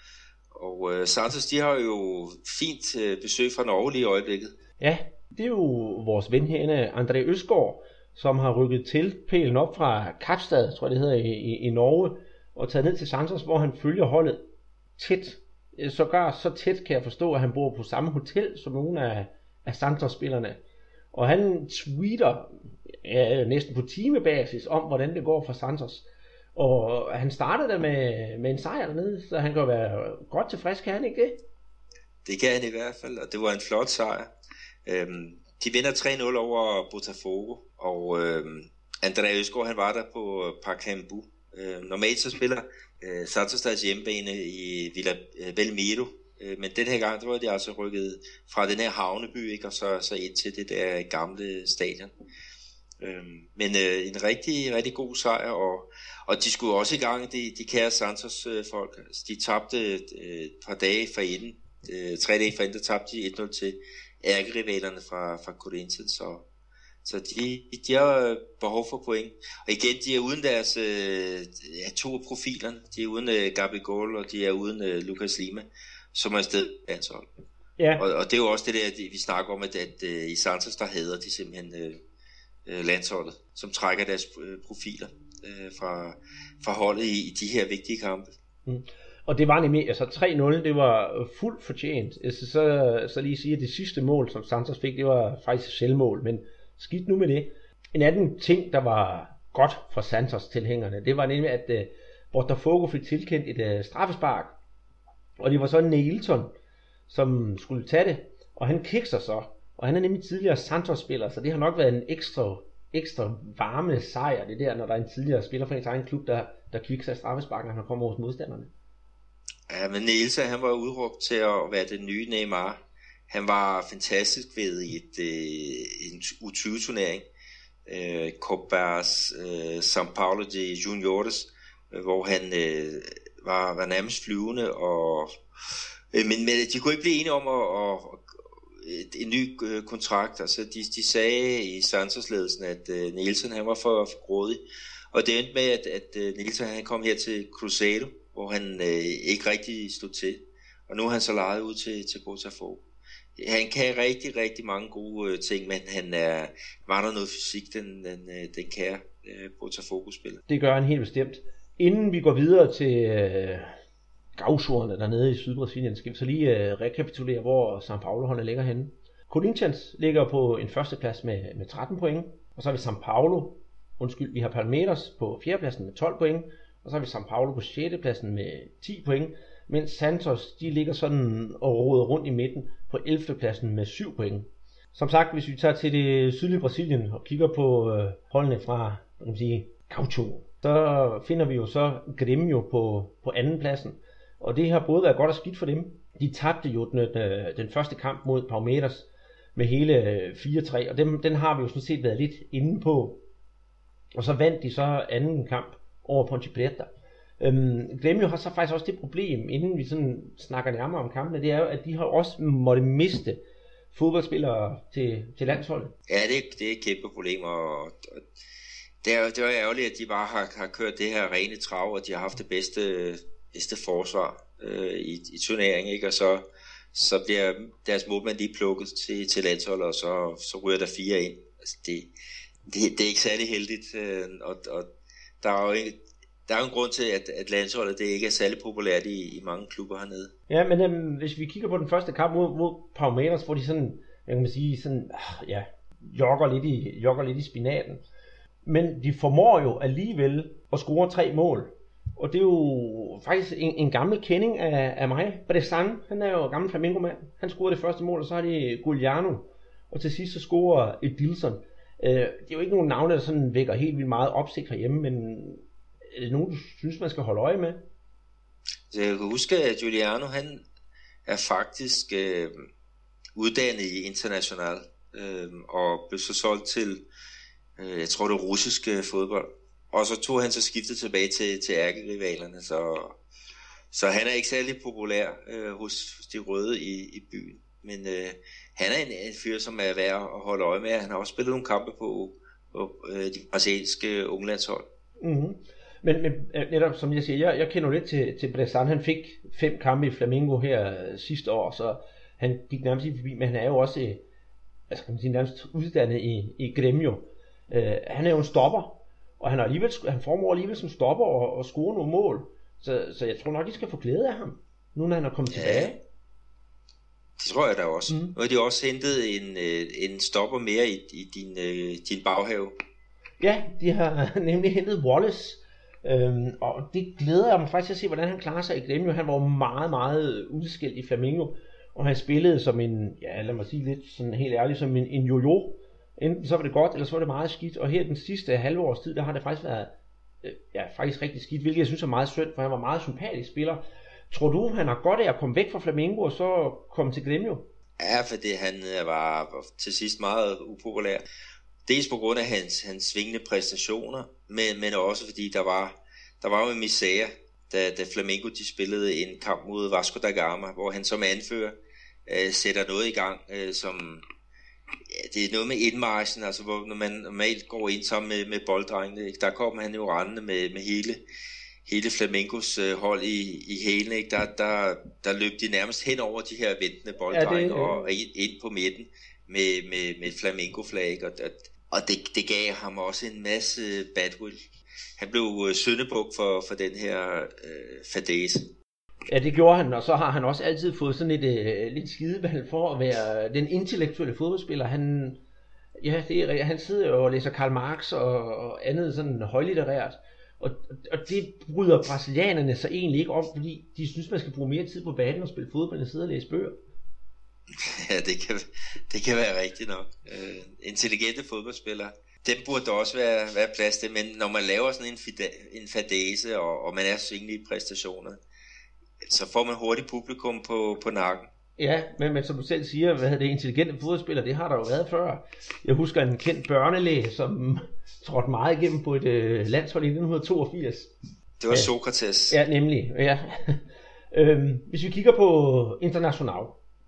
og Santos, de har jo fint besøg fra Norge lige i øjeblikket. Ja, det er jo vores ven herinde, André Østgaard, som har rykket til pælen op fra Kapstad, tror jeg det hedder, i Norge, og taget ned til Santos, hvor han følger holdet tæt. Sågar så tæt kan jeg forstå, at han bor på samme hotel som nogle af Santos-spillerne. Og han tweeter næsten på timebasis om, hvordan det går for Santos. Og han startede der med en sejr dernede, så han kan være godt tilfreds, kan han ikke det? Det kan han i hvert fald, og det var en flot sejr. De vinder 3-0 over Botafogo, og André Østgaard, han var der på Pacaembu. Normalt så spiller Santos deres hjemmebane i Villa Belmiro, men den her gang, der var de altså rykket fra den her havneby, ikke, og så ind til det der gamle stadion. Men en rigtig, rigtig god sejr, og de skulle også i gang, de kære Santos folk. Altså, de tabte et par dage forinden, 3 dage forinden, der tabte de 1-0 til ærkerivalerne fra Corinthians, så de har behov for point. Og igen, de er uden deres 2 af profilerne. De er uden Gabigol, og de er uden Lucas Lima, som er afsted landshold. Ja. Og det er jo også det der, vi snakker om, at i Santos, der hader de simpelthen landsholdet, som trækker deres profiler fra holdet i de her vigtige kampe. Mm. Og det var nemlig, altså 3-0, det var fuldt fortjent. Så lige sige, at det sidste mål, som Santos fik, det var faktisk selvmål, men skidt nu med det. En anden ting, der var godt for Santos tilhængerne, det var nemlig, at Botafogo fik tilkendt et straffespark, og det var så Neilton, som skulle tage det, og han kikser så, og han er nemlig tidligere Santos-spiller, så det har nok været en ekstra varme sejr, det der, når der er en tidligere spiller fra ens egen klub, der kikser straffespark, når han kommer hos modstanderne. Ja, men Nielsen, han var udråbt til at være den nye Neymar. Han var fantastisk ved en U20-turnering, Copa São Paulo de Juniores, hvor han var nærmest flyvende, men de kunne ikke blive enige om en ny kontrakt. Altså de sagde i Santos-ledelsen, at Nielsen, han var for grådig, og det endte med, at Nielsen, han kom her til Cruzeiro, hvor han ikke rigtig stod til, og nu er han så lejet ud til Botafogo. Han kan rigtig, rigtig mange gode ting, men han var der noget fysik, den kære Botafogo-spiller. Det gør han helt bestemt. Inden vi går videre til gavsurerne dernede i Sydbrasilien, skal vi så lige rekapitulere, hvor São Paulo-holdet ligger henne. Corinthians ligger på en førsteplads med 13 point, og så har vi São Paulo, vi har Palmeiras på 4. pladsen med 12 point, og så har vi São Paulo på 6. pladsen med 10 point, mens Santos, de ligger sådan og roder rundt i midten på 11. pladsen med 7 point. Som sagt, hvis vi tager til det sydlige Brasilien og kigger på holdene fra, Gaucho, så finder vi jo så Grêmio på 2. pladsen. Og det har både været godt og skidt for dem. De tabte jo den første kamp mod Palmeiras med hele 4-3, og den har vi jo sådan set været lidt inde på. Og så vandt de så anden kamp over Ponte Preta Grêmio har så faktisk også det problem, inden vi sådan snakker nærmere om kampene, det er jo, at de har også måttet miste fodboldspillere til landsholdet. Ja, det er et kæmpe problem, og det er jo ærgerligt, at de bare har kørt det her rene trav, og de har haft det bedste forsvar i turneringen, ikke? Og så bliver deres målmand lige plukket til landsholdet, og så ryger der 4 ind. Altså det er ikke særlig heldigt, og der er jo en grund til, at landsholdet det ikke er særlig populært i mange klubber hernede. Ja, men hvis vi kigger på den første kamp mod Palmeiras, hvor de sådan, jeg kan sige, sådan, jogger lidt i spinaten. Men de formår jo alligevel at score 3 mål. Og det er jo faktisk en gammel kending af mig. Bressan, han er jo gammel Flamengo-mand. Han scorede det første mål, og så har de Giuliano. Og til sidst så scorer Edilson. Det er jo ikke nogen navne, der sådan vækker helt vildt meget opsigt herhjemme, men er det nogen, du synes, man skal holde øje med? Så jeg kan huske, at Giuliano, han er faktisk uddannet i International, og blev så solgt til, jeg tror det er russisk fodbold. Og så tog han så skiftet tilbage til ærkerivalerne, så han er ikke særlig populær hos de røde i byen. Men han er en fyr, som er værd at holde øje med. Han har også spillet nogle kampe på de brasilianske unglandshold. Mm-hmm. Men netop som jeg siger, jeg kender lidt til Bressan. Han fik 5 kampe i Flamengo her sidste år, så han gik nærmest lige forbi, men han er jo også nærmest uddannet i Grêmio. Han er jo en stopper, og han formår alligevel som stopper og score nogle mål. Så jeg tror nok, de skal få glæde af ham, nu når han er kommet tilbage. Det tror jeg da også. Nu har de også hentet en stopper mere i din baghave. Ja, de har nemlig hentet Wallace. Og det glæder jeg mig faktisk at se, hvordan han klarer sig i Grêmio. Han var meget, meget udskilt i Flamengo, og han spillede som en, lad mig sige lidt sådan helt ærligt, som en jojo. Enten så var det godt, eller så var det meget skidt. Og her den sidste halve års tid, der har det faktisk været faktisk rigtig skidt, hvilket jeg synes er meget synd, for han var en meget sympatisk spiller. Tror du, han har godt af at komme væk fra Flamengo og så komme til Grêmio? Ja, fordi han var til sidst meget upopulær. Dels på grund af hans svingende præstationer, men også fordi der var jo en misære, da Flamengo de spillede en kamp mod Vasco da Gama, hvor han som anfører sætter noget i gang, som det er noget med indmarchen, altså hvor når man normalt går ind sammen med bolddrengene, ikke? Der kommer han jo rendende med hele Flamengos hold i hælen, ikke? Der løb de nærmest hen over de her ventende bolddrenge og ind på midten med et Flamengo-flag, og det gav ham også en masse badwill. Han blev syndebuk for den her fadese. Ja, det gjorde han, og så har han også altid fået sådan lidt skidevalg for at være den intellektuelle fodboldspiller. Han sidder jo og læser Karl Marx og andet sådan højlitterært, og det bryder brasilianerne så egentlig ikke om, fordi de synes, man skal bruge mere tid på banen og spille fodbold, end sidde og læse bøger. Ja, det kan være rigtigt nok. Intelligente fodboldspillere, dem burde der også være plads til, men når man laver sådan en fadese, og man er svingende i præstationer, så får man hurtigt publikum på nakken. Ja, men som du selv siger, intelligente fodboldspillere, det har der jo været før. Jeg husker en kendt børnelæge, som trådte meget igennem på et landshold i 1982. Det var Sokrates. Ja, nemlig. Ja. Hvis vi kigger på International,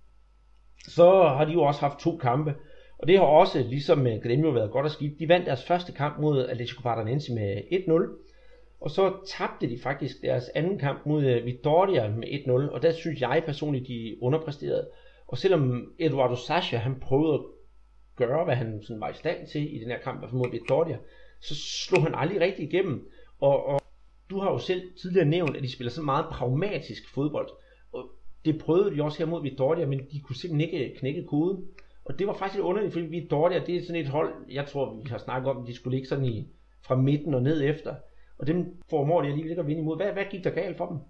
så har de jo også haft 2 kampe, og det har også, ligesom med Grêmio, været godt og skidt. De vandt deres første kamp mod Atlético Paranaense med 1-0, og så tabte de faktisk deres anden kamp mod Vitória med 1-0, og der synes jeg personligt, de underpræsterede. Og selvom Eduardo Sacha, han prøvede at gøre, hvad han sådan var i stand til i den her kamp mod Vitória, så slog han aldrig rigtig igennem. Og du har jo selv tidligere nævnt, at de spiller så meget pragmatisk fodbold, og det prøvede de også her mod Vitória, men de kunne simpelthen ikke knække koden. Og det var faktisk lidt underligt, fordi Vitória, det er sådan et hold, jeg tror, vi har snakket om, de skulle ligge sådan fra midten og ned efter. Og dem formår de alligevel ikke at vinde imod. Hvad gik der galt for dem?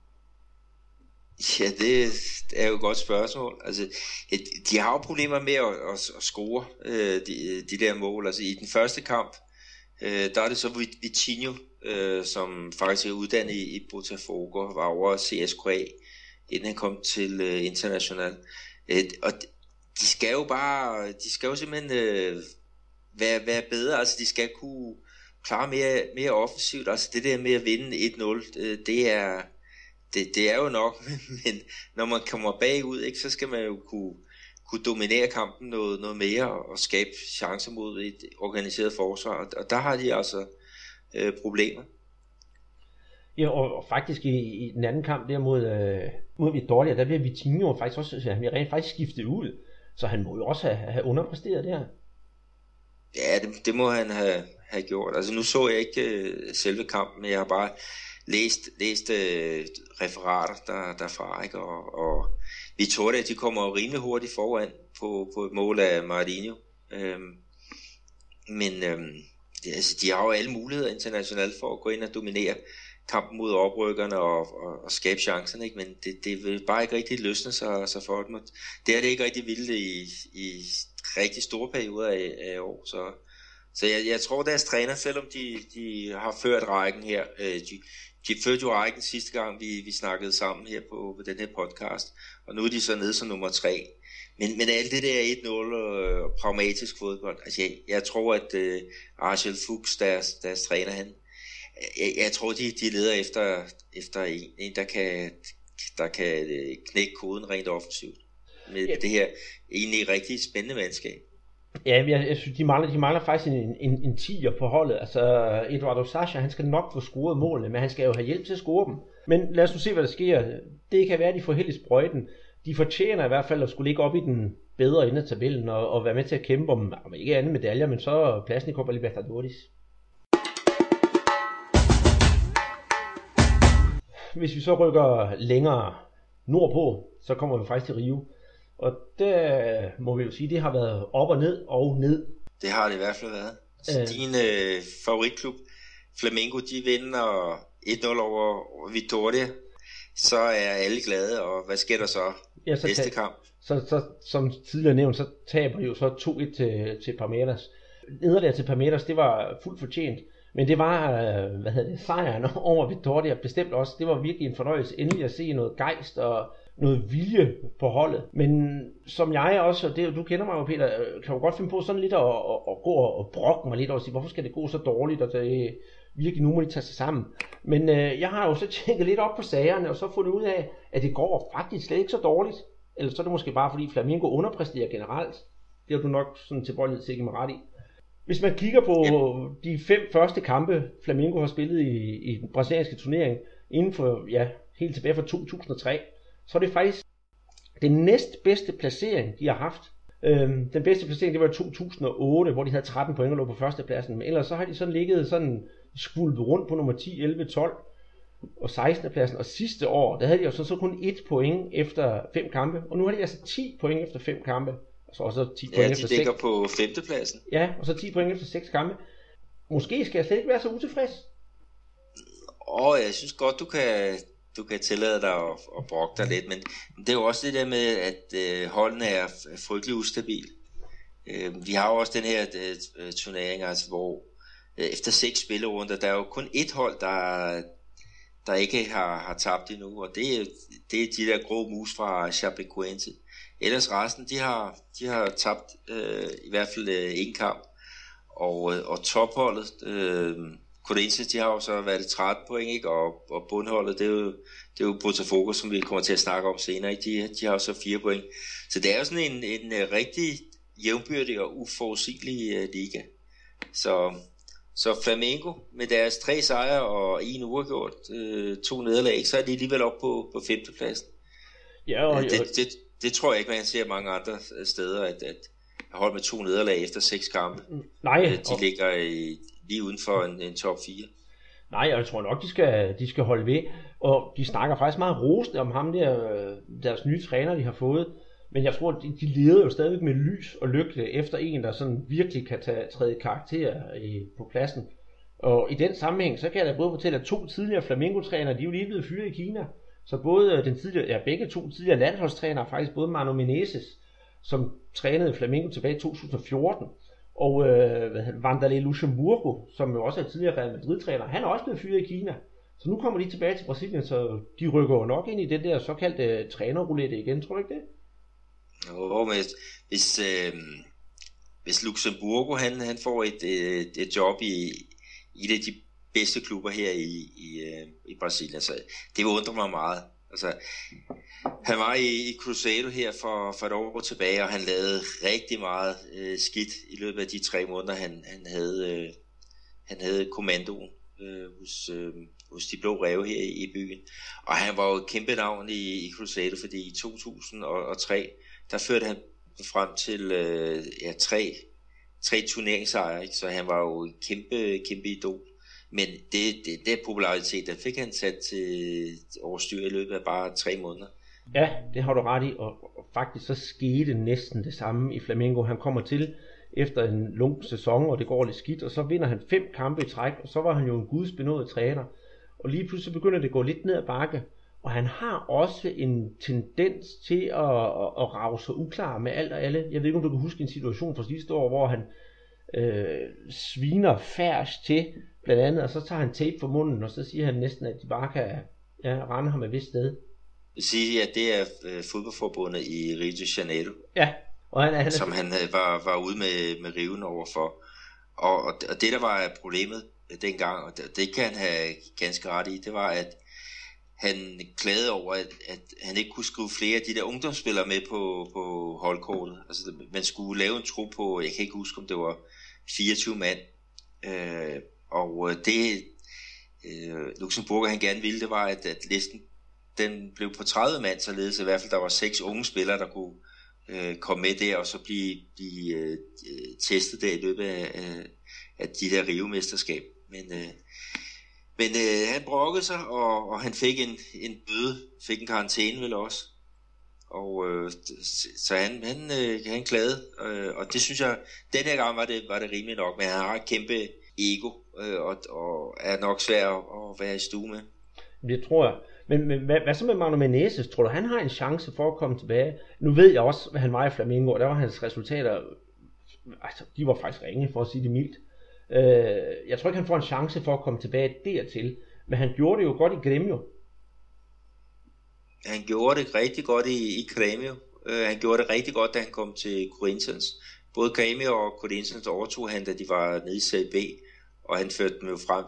Ja, det er jo et godt spørgsmål. Altså, de har jo problemer med at score de der mål. Altså, i den første kamp, der er det så Vitinho, som faktisk er uddannet i Botafogo, var over CSKA, inden han kom til International. Og de skal jo simpelthen være bedre. Altså, de skal klare mere offensivt. Altså det der med at vinde 1-0, det er jo nok, men når man kommer bagud, ikke, så skal man jo kunne dominere kampen noget mere og skabe chancer mod et organiseret forsvar, og der har de altså problemer. Ja, og faktisk i den anden kamp der mod Vitória, der bliver Vitinho faktisk også, han bliver rent faktisk skiftet ud, så han må jo også have underpræsteret der. Ja, det må han have gjort. Altså nu så jeg ikke selve kampen, men jeg har bare læst referater derfra, ikke? Og Vitória, de kommer jo rimelig hurtigt foran på et mål af Marinho. Men altså, de har jo alle muligheder internationalt for at gå ind og dominere kampen mod oprykkerne og skabe chancerne, ikke? Men det vil bare ikke rigtig løsne sig for dem. Det er det ikke rigtig vildt i rigtig store perioder af år. Så jeg tror, deres træner, selvom de har ført rækken her, de førte jo rækken sidste gang, vi snakkede sammen her på den her podcast, og nu er de så nede som nummer 3. Men alt det der 1-0 og pragmatisk fodbold, altså jeg tror, at Archel Fuchs, deres træner, jeg tror, de leder efter en der kan knække koden rent offensivt med det her egentlig rigtig spændende mandskab. Ja, jeg synes, de mangler faktisk en 10'er på holdet. Altså, Eduardo Sacha, han skal nok få scoret målene, men han skal jo have hjælp til at score dem. Men lad os nu se, hvad der sker. Det kan være, at de får held i sprøjten. De fortjener i hvert fald at skulle ligge op i den bedre ende af tabellen og være med til at kæmpe om ikke andet medaljer, men så pladsen i Copa Libertadores. Hvis vi så rykker længere nordpå, så kommer vi faktisk til Rio. Og der må vi jo sige, det har været op og ned og ned. Det har det i hvert fald været. Din favoritklub, Flamengo, de vinder 1-0 over Vitória. Så er alle glade, og hvad sker der så? Ja, næste kamp? Så som tidligere nævnt, så taber de jo så 2-1 til Palmeiras. Nederlaget til Palmeiras, det var fuldt fortjent. Men det var, sejren over Vitória bestemt også. Det var virkelig en fornøjelse endelig at se noget gejst og noget vilje på holdet. Men som jeg også, og det, du kender mig jo, Peter, kan jo godt finde på sådan lidt at gå og brokke mig lidt og sige, hvorfor skal det gå så dårligt, og det virkelig nu må de tage sig sammen. Men jeg har jo så tjekket lidt op på sagerne, og så fundet ud af, at det går faktisk slet ikke så dårligt. Eller så er det måske bare fordi Flamengo underpræsterer generelt. Det har du nok sådan tilbøjelighed til ikke med ret i. Hvis man kigger på de 5 første kampe, Flamengo har spillet i den brasilianske turnering, inden for, helt tilbage fra 2003, så er det faktisk den næstbedste placering, de har haft. Den bedste placering, det var i 2008, hvor de havde 13 point og lå på førstepladsen. Men ellers så har de sådan ligget sådan skvulpet rundt på nummer 10, 11, 12 og 16. pladsen. Og sidste år, der havde de jo så kun 1 point efter 5 kampe. Og nu har de altså 10 point efter 5 kampe. Og så 10 point efter 6. Ja, de ligger på 5. pladsen. Ja, og så 10 point efter 6 kampe. Måske skal jeg slet ikke være så utilfreds. Jeg synes godt, du kan tillade dig at brokke dig lidt, men det er jo også det der med, at holdene er frygtelig ustabil. Vi har jo også den her turnering, altså, hvor efter 6 spillerunder, der er jo kun ét hold, der ikke har tabt endnu, og det er de der grå mus fra Chapecoense. Ellers resten, de har tabt i hvert fald en kamp, og topholdet, Corinthians, de har jo så været 13 point, ikke? Og bundholdet, det er jo Botafogo, som vi kommer til at snakke om senere, ikke? De har jo så 4 point. Så det er jo sådan en rigtig jævnbyrdig og uforudsigelig liga. Så Flamengo med deres 3 sejre og 1 uafgjort, 2 nederlag, så er de alligevel op på 5. pladsen. Ja, det tror jeg ikke, man kan se mange andre steder, at hold med 2 nederlag efter 6 kampe. Nej. De ligger lige uden for en top 4. Nej, jeg tror nok, de skal holde ved. Og de snakker faktisk meget rosende om ham der, deres nye træner, de har fået. Men jeg tror, de leder jo stadig med lys og lygte efter en, der sådan virkelig kan træde karakter på pladsen. Og i den sammenhæng, så kan jeg da både fortælle, at 2 tidligere Flamengo-trænere, de er jo lige blevet fyret i Kina. Så både begge 2 tidligere landsholdstrænere, faktisk både Mano Menezes, som trænede Flamengo tilbage i 2014, og Vanderlei Luxemburgo, som jo også er tidligere Real Madrid-træner, han er også blevet fyret i Kina. Så nu kommer de tilbage til Brasilien, så de rykker jo nok ind i den der såkaldte trænerroulette igen, tror du ikke det? Jo, men hvis Luxemburgo han får et job en af de bedste klubber her i Brasilien. Så det undrer mig meget. Altså, han var i Cruzeiro her for et år tilbage, og han lavede rigtig meget skidt i løbet af de 3 måneder, han havde kommandoen hos de blå ræve her i byen. Og han var jo et kæmpe navn i Cruzeiro, fordi i 2003, der førte han frem til 3 turneringssejre, ikke? Så han var jo et kæmpe idol. Men det popularitet, der fik han sat til overstyr i løbet af bare 3 måneder. Ja, det har du ret i, og faktisk så skete næsten det samme i Flamengo. Han kommer til efter en lung sæson, og det går lidt skidt, og så vinder han 5 kampe i træk, og så var han jo en gudsbenådet træner. Og lige pludselig begynder det at gå lidt ned ad bakke, og han har også en tendens til at rage sig uklar med alt og alle. Jeg ved ikke, om du kan huske en situation fra sidste år, hvor han sviner færs til, blandt andet, og så tager han tape for munden, og så siger han næsten, at de bare kan rende ham et vist sted. Sige, at det er fodboldforbundet i Rio de Janeiro, ja, og han som han var ude med riven overfor. Og det, der var problemet dengang, og det kan han have ganske ret i, det var, at han klagede over, at han ikke kunne skrive flere af de der ungdomsspillere med på holdkortet. Altså, man skulle lave en trup på, jeg kan ikke huske, om det var 24 mand. Og det Luxemburg han gerne ville, det var, at listen den blev på 30 mand, således i hvert fald der var 6 unge spillere, der kunne komme med der, og så blive testet der i løbet af de der Rio-mesterskab. Men han brokkede sig, og han fik en bøde, fik en karantæne vel også. Og så han klagede, og det synes jeg, den her gang var det rimeligt nok, men han har et kæmpe ego, og er nok svær at være i stue med. Det tror jeg. Men hvad så med Manu Menezes? Tror du, han har en chance for at komme tilbage? Nu ved jeg også, hvad han var i Flamengo, og der var hans resultater, altså de var faktisk ringe, for at sige det mildt. Jeg tror ikke, han får en chance for at komme tilbage dertil, men han gjorde det jo godt i Grêmio. Han gjorde det rigtig godt i Grêmio. Han gjorde det rigtig godt, da han kom til Corinthians. Både Grêmio og Corinthians overtog han, da de var nede i Serie B, og han førte dem jo frem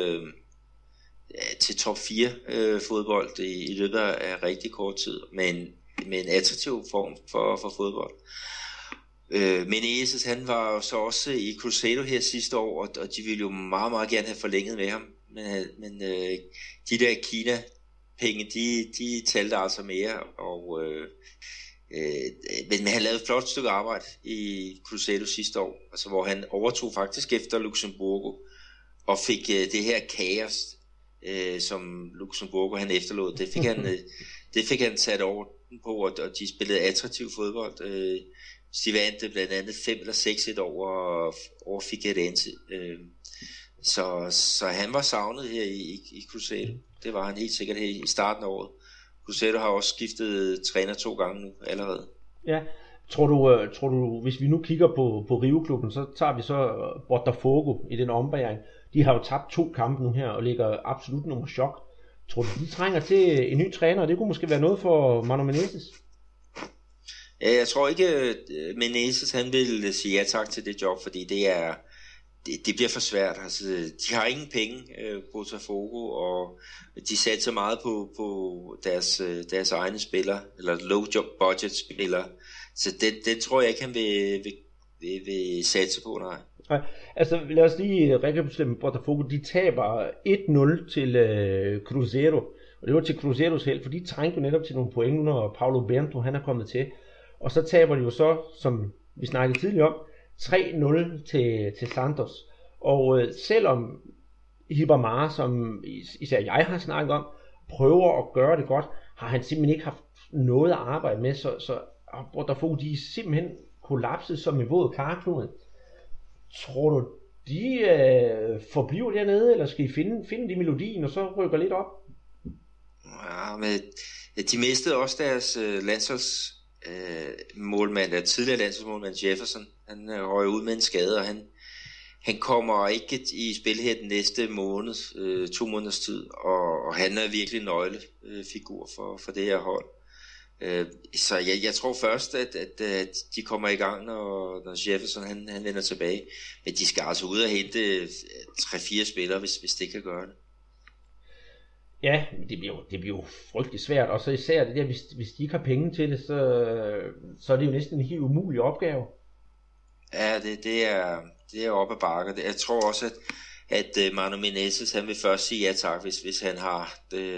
til top 4 fodbold i løbet af rigtig kort tid, med en attraktiv form for fodbold. Menezes, han var så også i Cruzeiro her sidste år, og de ville jo meget, meget gerne have forlænget med ham, men de der Kina-penge, de talte altså mere, og men han lavede et flot stykke arbejde i Cruzeiro sidste år, altså hvor han overtog faktisk efter Luxemburgo, og fik det her kaos, som Luxemburgo han efterlod, det fik han sat orden på, og de spillede attraktiv fodbold. De vandt blandt andet 5 eller 6-1 over Figueirense. Så han var savnet her i Cruzeiro. Det var han helt sikkert her i starten af året. Cruzeiro har også skiftet træner 2 gange nu allerede. Ja, tror du, hvis vi nu kigger på Rio-klubben, så tager vi så Botafogo i den ombæring. De har jo tabt 2 kampe nu her og ligger absolut nummer chok. Tror du, de trænger til en ny træner, og det kunne måske være noget for Manu Menezes? Ja, jeg tror ikke, at Menezes han vil sige ja tak til det job, fordi det bliver for svært. Altså, de har ingen penge, Botafogo, og de satser meget på deres egne spillere, eller low job budget spillere. Så det tror jeg ikke, han vil satse på, nej. Nej, altså lad os lige rekapitulere med Botafogo. De taber 1-0 til Cruzeiro, og det var til Cruzeiros held, for de trængte jo netop til nogle point, når Paulo Bento han er kommet til. Og så taber de jo så, som vi snakkede tidligere om, 3-0 til Santos. Og selvom Ribamar, som især jeg har snakket om, prøver at gøre det godt, har han simpelthen ikke haft noget at arbejde med, så Botafogo de er simpelthen kollapset som en våd karklud. Tror du, de forbliver dernede, eller skal I finde de melodien, og så rykker lidt op? Ja, men de mistede også deres landsholdsmålmand, tidligere landsholdsmålmand Jefferson. Han røg ud med en skade, og han kommer ikke i spil her den næste måned, 2 måneders tid, og han er virkelig en nøglefigur for det her hold. Så jeg tror først, at de kommer i gang, når Jefferson han vender tilbage. Men de skal altså ud og hente 3-4 spillere, hvis det kan gøre det. Ja, det bliver jo frygtelig svært, og så især det der, hvis de ikke har penge til det, så er det jo næsten en helt umulig opgave. Ja, det er op ad bakker. Jeg tror også, at Manu Menezes, han vil først sige ja tak, hvis han har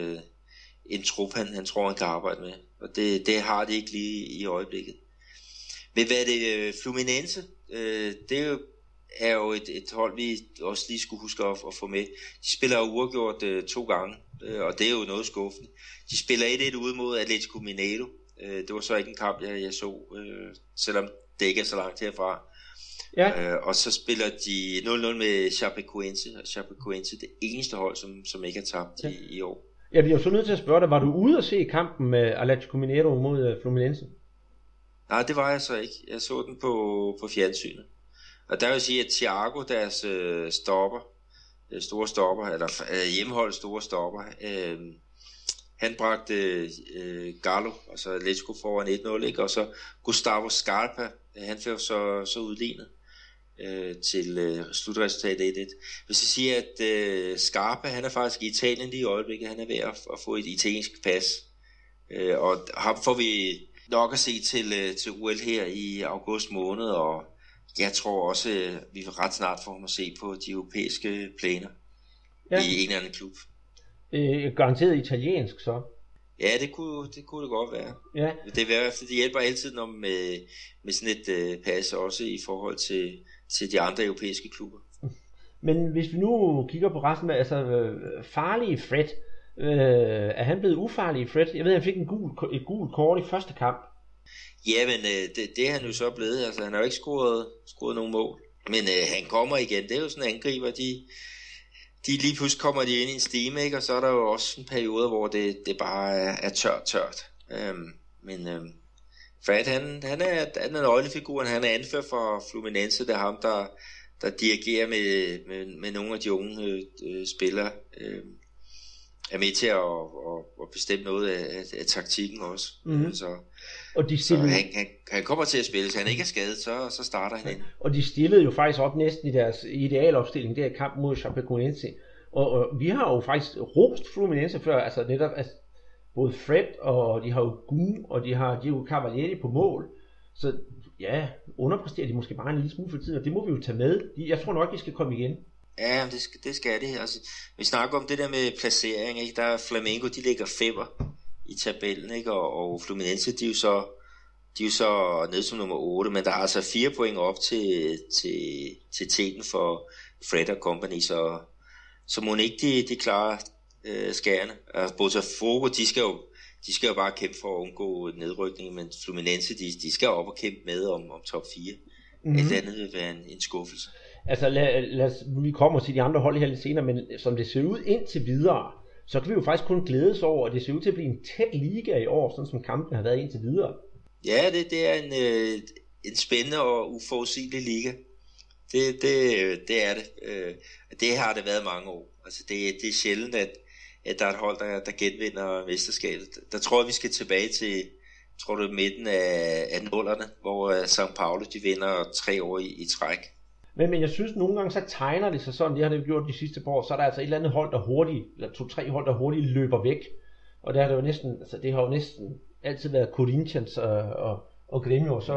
en trup, han tror, han kan arbejde med. Og det har de ikke lige i øjeblikket. Men hvad er det? Fluminense, det er jo et hold, vi også lige skulle huske at få med. De spiller uafgjort 2 gange, og det er jo noget skuffende. De spiller 1-1 ude mod Atletico Mineiro. Det var så ikke en kamp, jeg så, selvom det ikke er så langt herfra. Ja. Og så spiller de 0-0 med Chapecoense, og Chapecoense det eneste hold, som ikke har tabt i år. Jeg bliver jo så nødt til at spørge dig, var du ude at se kampen med Atletico Mineiro mod Fluminense? Nej, det var jeg så ikke. Jeg så den på fjernsynet. Og der vil jeg sige, at Thiago, deres store stopper, eller hjemmehold store stopper, han bragte Galo, altså Atletico foran 1-0, ikke? Og så Gustavo Scarpa, han fik så udlignet til slutresultatet 1-1. Hvis jeg siger, at Scarpa, han er faktisk i Italien lige i øjeblikket, han er ved at få et italiensk pas, og ham får vi nok at se til UL her i august måned, og jeg tror også, vi vil ret snart få ham at se på de europæiske planer i en eller anden klub. Garanteret italiensk så? Ja, det kunne det godt være. Ja. Det hjælper altid når med sådan et pas også i forhold til de andre europæiske klubber. Men hvis vi nu kigger på resten af, altså farlige Fred, er han blevet ufarlig Fred? Jeg ved, han fik et gult kort i første kamp. Ja, men det er han jo så blevet. Altså, han har jo ikke scoret nogen mål. Men han kommer igen. Det er jo sådan en angriber, de lige pludselig kommer de ind i en stime, ikke? Og så er der jo også en periode, hvor det bare er tørt. Men Fred, han er nøglefiguren. Han er anfører for Fluminense. Det er ham, der dirigerer med nogle af de unge spillere. Er med til at bestemme noget af taktikken også. Mm-hmm. Så han kommer til at spille, så han ikke er skadet, så starter han ind. Og de stillede jo faktisk op næsten i deres idealopstilling der i kampen mod Chapecoense. Og vi har jo faktisk rost Fluminense før, altså netop både Fred og de har jo Gun, og de har Diego Cavalieri på mål. Så ja, underpresterer de måske bare en lille smule for tiden, og det må vi jo tage med. Jeg tror nok, de skal komme igen. Ja, det skal det. Altså, vi snakker om det der med placering, ikke? Der er Flamengo, de ligger 5'er i tabellen, ikke? Og Fluminense, de er jo så nede som nummer 8, men der er altså 4 point op til teten for Fred og Company, så må ikke de klarer skærene. Botafogo, de skal jo bare kæmpe for at undgå nedrykning, men Fluminense, de skal op og kæmpe med om top 4. Mm-hmm. Et andet vil være en skuffelse. Altså vi kommer til de andre hold her lidt senere, men som det ser ud indtil videre, så kan vi jo faktisk kun glædes over, at det ser ud til at blive en tæt liga i år, sådan som kampen har været indtil videre. Ja, det er en spændende og uforudsigelig liga. Det er det. Det har det været mange år. Altså det er sjældent, at der er et hold, der genvinder mesterskabet. Der tror jeg, vi skal tilbage til midten af 0'erne, hvor São Paulo de vinder 3 år i træk. Men jeg synes nogle gange, så tegner det sig sådan, det har det gjort de sidste par år, så er der altså et eller andet hold, der hurtigt, eller 2-3 hold, der hurtigt løber væk. Og det har jo næsten altid været Corinthians og Grêmio, og så,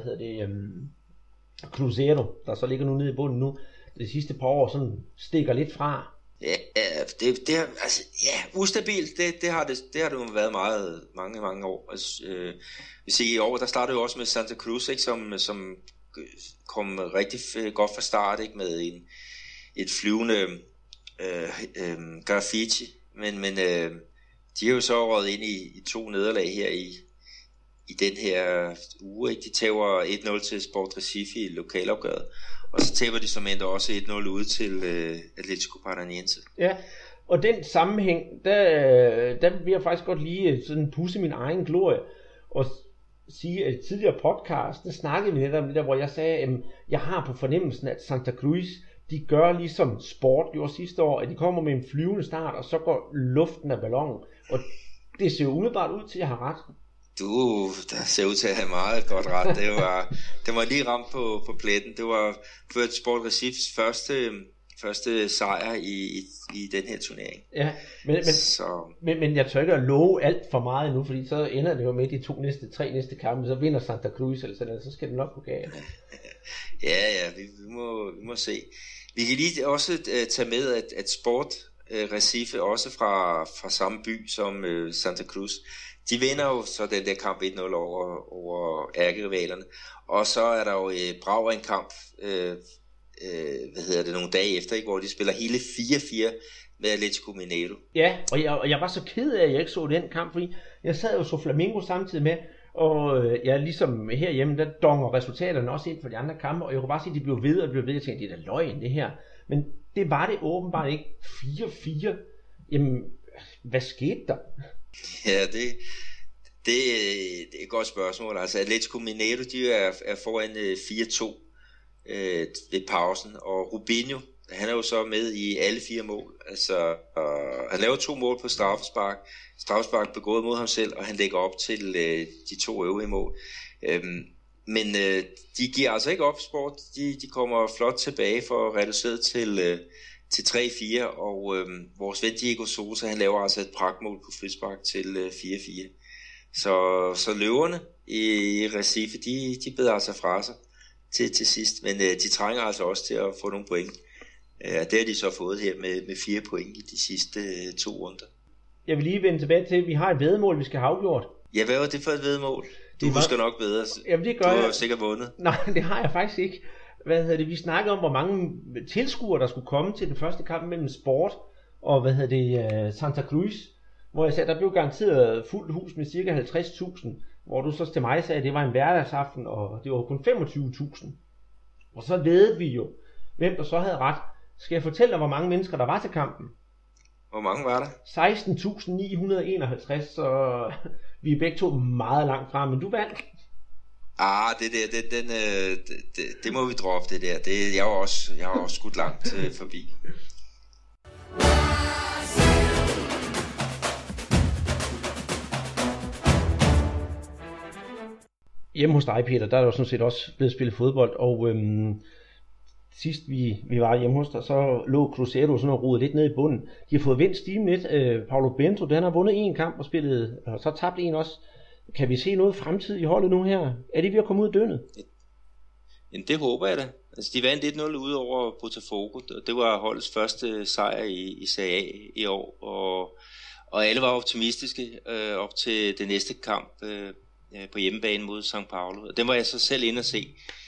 Cruzeiro, der så ligger nu nede i bunden nu, de sidste par år sådan stikker lidt fra. Ja, ustabilt, det har det jo været mange år. Altså, hvis I år, der startede jo også med Santa Cruz, ikke, som kom rigtig godt fra start, ikke, med et flyvende graffiti, men de har jo så røget ind i 2 nederlag her i den her uge, ikke? De taber 1-0 til Sport Recife i lokalopgøret, og så taber de som endda også 1-0 ud til Atletico Paranaense. Ja, og den sammenhæng, der vil jeg faktisk godt lige sådan pusse min egen glorie og sige, at i tidligere podcast, der snakkede vi netop om det der, hvor jeg sagde, at jeg har på fornemmelsen, at Santa Cruz, de gør ligesom Sport gjorde sidste år, at de kommer med en flyvende start, og så går luften af ballonen, og det ser jo umiddelbart ud til, at jeg har ret. Der ser ud til at have meget godt ret. Det var lige ramt på pletten. Det var Sport Recifs første sejr i den her turnering. Ja, men jeg tør ikke at love alt for meget endnu, fordi så ender det jo med de tre næste kampe, så vinder Santa Cruz eller sådan, så skal det nok gå galt. Ja, vi må se. Vi kan lige også tage med, at Sport Recife, også fra samme by som Santa Cruz, de vinder jo så den der kamp 1-0 over ærkerivalerne. Og så er der jo brav en kamp, nogle dage efter, ikke, hvor de spiller hele 4-4 med Atletico Mineiro. Ja, og jeg var så ked af, at jeg ikke så den kamp, fordi jeg sad jo så Flamengo samtidig med, og jeg ligesom herhjemme, der donger resultaterne også ind for de andre kampe, og jeg kunne bare se, at de blev ved, jeg tænkte, det er da løgn det her. Men det var det åbenbart ikke. 4-4. Jamen, hvad skete der? Ja, det er et godt spørgsmål. Altså Atletico Mineiro, de er foran 4-2 ved pausen, og Rubinho, han er jo så med i alle 4 mål. Altså, han laver 2 mål på straffespark begået mod ham selv, og han lægger op til de 2 øvrige mål. Men de giver altså ikke op, Sport. De kommer flot tilbage for at reducere til 3-4, og vores ven Diego Sosa, han laver altså et pragtmål på frispark til 4-4. Så løverne i Recife, de beder altså fra sig til sidst, men de trænger altså også til at få nogle point. Det har de så fået her med 4 point i de sidste 2 runder. Jeg vil lige vende tilbage til, at vi har et væddemål, vi skal have afgjort. Ja, hvad var det for et væddemål? Du husker nok bedre. Jamen, det gør du har jo sikkert vundet. Nej, det har jeg faktisk ikke. Vi snakkede om, hvor mange tilskuere, der skulle komme til den første kamp mellem Sport og Santa Cruz, hvor jeg sagde, der blev garanteret fuldt hus med cirka 50.000, hvor du så til mig sagde, at det var en hverdagsaften, og det var kun 25.000. Og så ved vi jo, hvem der så havde ret. Skal jeg fortælle dig, hvor mange mennesker der var til kampen? Hvor mange var der? 16.951, så vi er begge to meget langt fra, men du vandt. Det må vi droppe, det der. Jeg har også skudt langt forbi. Hjemme hos dig, Peter, der er jo sådan set også blevet spillet fodbold, og sidst vi var hjemme hos dig, så lå Cruzeiro sådan og rodet lidt ned i bunden. De har fået vendt stimen lidt. Paulo Bento, han har vundet 1 kamp og spillet, og så tabt 1 også. Kan vi se noget fremtid i holdet nu her? Er de ved at komme ud af dønnet? Jamen, det håber jeg da. Altså, de vandt 1-0 ud over Botafogo, og det var holdets første sejr i Serie A i år, og alle var optimistiske op til det næste kamp på hjemmebane mod São Paulo, og den var jeg så selv inde at se.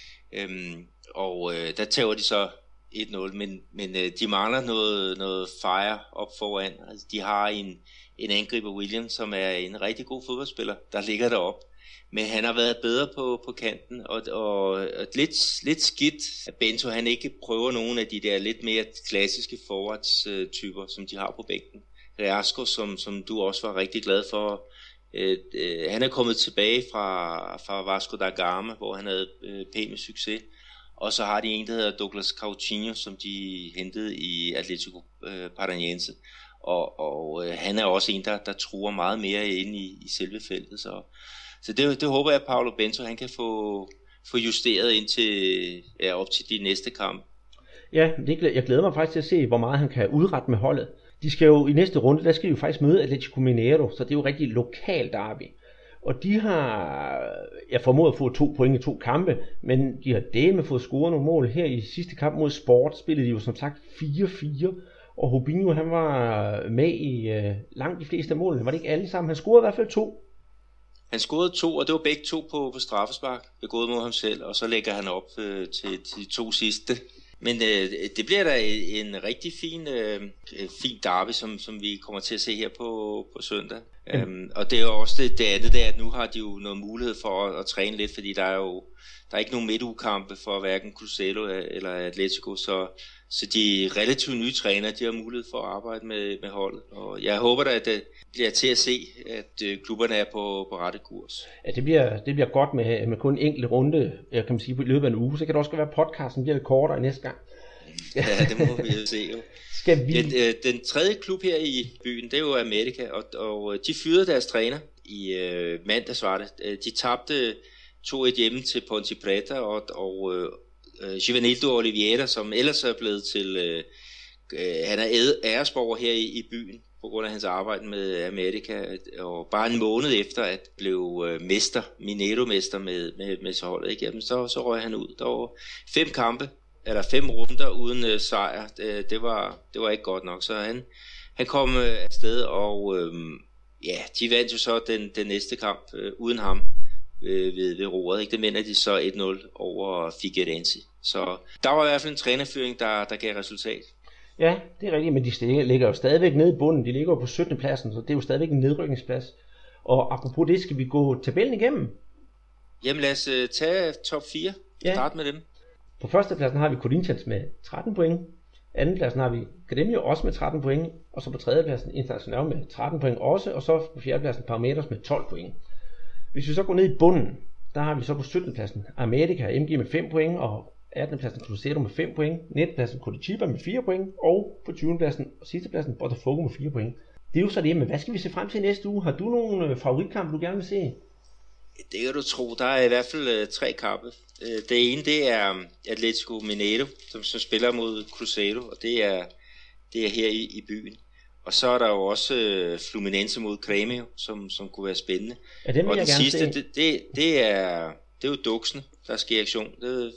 Der tager de så 1-0, men de mangler noget fire op foran. Altså, de har en angriber, William, som er en rigtig god fodboldspiller, der ligger derop. Men han har været bedre på kanten, og lidt skidt, at Bento han ikke prøver nogen af de der lidt mere klassiske forwardstyper, som de har på bænken. Reasco, som du også var rigtig glad for, han er kommet tilbage fra Vasco da Gama, hvor han havde pæn med succes. Og så har de en, der hedder Douglas Coutinho, som de hentede i Atletico Paranaense. Og han er også en, der truer meget mere ind i selve feltet. Så det håber jeg, at Paulo Bento han kan få justeret op til de næste kamp. Ja, jeg glæder mig faktisk til at se, hvor meget han kan udrette med holdet. De skal jo i næste runde, der skal de jo faktisk møde Atletico Mineiro, så det er jo rigtig lokal derby. Og de har, jeg formoder at få 2 point i 2 kampe, men de har dæmme fået scoret nogle mål. Her i sidste kamp mod Sport spillede de jo som sagt 4-4, og Rubinho han var med i langt de fleste af målene. Var det ikke alle sammen? Han scorede i hvert fald 2. Han scorede 2, og det var begge 2 på straffespark, begået mod ham selv, og så lægger han op til de 2 sidste. Men det bliver da en rigtig fin derby, som vi kommer til at se her på søndag. Og det er jo også det andet der, at nu har de jo noget mulighed for at træne lidt, fordi der er ikke nogen midtugekampe for hverken Cruzeiro eller Atletico, så de relativt nye trænere, de har mulighed for at arbejde med holdet. Og jeg håber da, at det bliver til at se, at klubberne er på rette kurs. Ja, det bliver godt med kun en enkelt runde, kan man sige, på løbet af en uge. Så kan det også være, at podcasten bliver lidt kortere næste gang. Ja, det må vi jo se jo. Den tredje klub her i byen, det er jo America, og de fyrede deres træner. mandags var det. De tabte 2-1 hjemme til Ponte Preta, og Givanildo Oliveira, som ellers er blevet til... han er æresborger her i byen, på grund af hans arbejde med Amerika, og bare en måned efter at blev Mineiro-mester med så holdet igennem, så røg han ud. Der var 5 runder uden sejr. Det var ikke godt nok, så han kom afsted, og de vandt jo så den næste kamp uden ham ved roret. Ikke? Det mener de så 1-0 over Figueirense. Så der var i hvert fald en trænerføring, der gav resultat. Ja, det er rigtigt, men de ligger jo stadigvæk nede i bunden. De ligger jo på 17. pladsen, så det er jo stadigvæk en nedrykningsplads. Og apropos det, skal vi gå tabellen igennem? Jamen lad os tage top 4. Start med dem. På førstepladsen har vi Corinthians med 13 point. Andenpladsen har vi Grêmio også med 13 point. Og så på tredjepladsen Internacional med 13 point også. Og så på fjerdepladsen Palmeiras med 12 point. Hvis vi så går ned i bunden, der har vi så på 17. pladsen América MG med 5 point. Og 18. pladsen Cruzeiro med 5 point. 19. pladsen Curitiba med 4 point. Og på 20. pladsen og sidste pladsen Botafogo med 4 point. Det er jo så det, men hvad skal vi se frem til næste uge? Har du nogle favoritkampe, du gerne vil se? Det kan du tro. Der er i hvert fald 3 kampe. Det ene, det er Atlético Mineiro, som spiller mod Cruzeiro, og det er her i byen. Og så er der jo også Fluminense mod Grêmio, som kunne være spændende. Ja, det og den sidste, det er jo duksene, der sker aktion.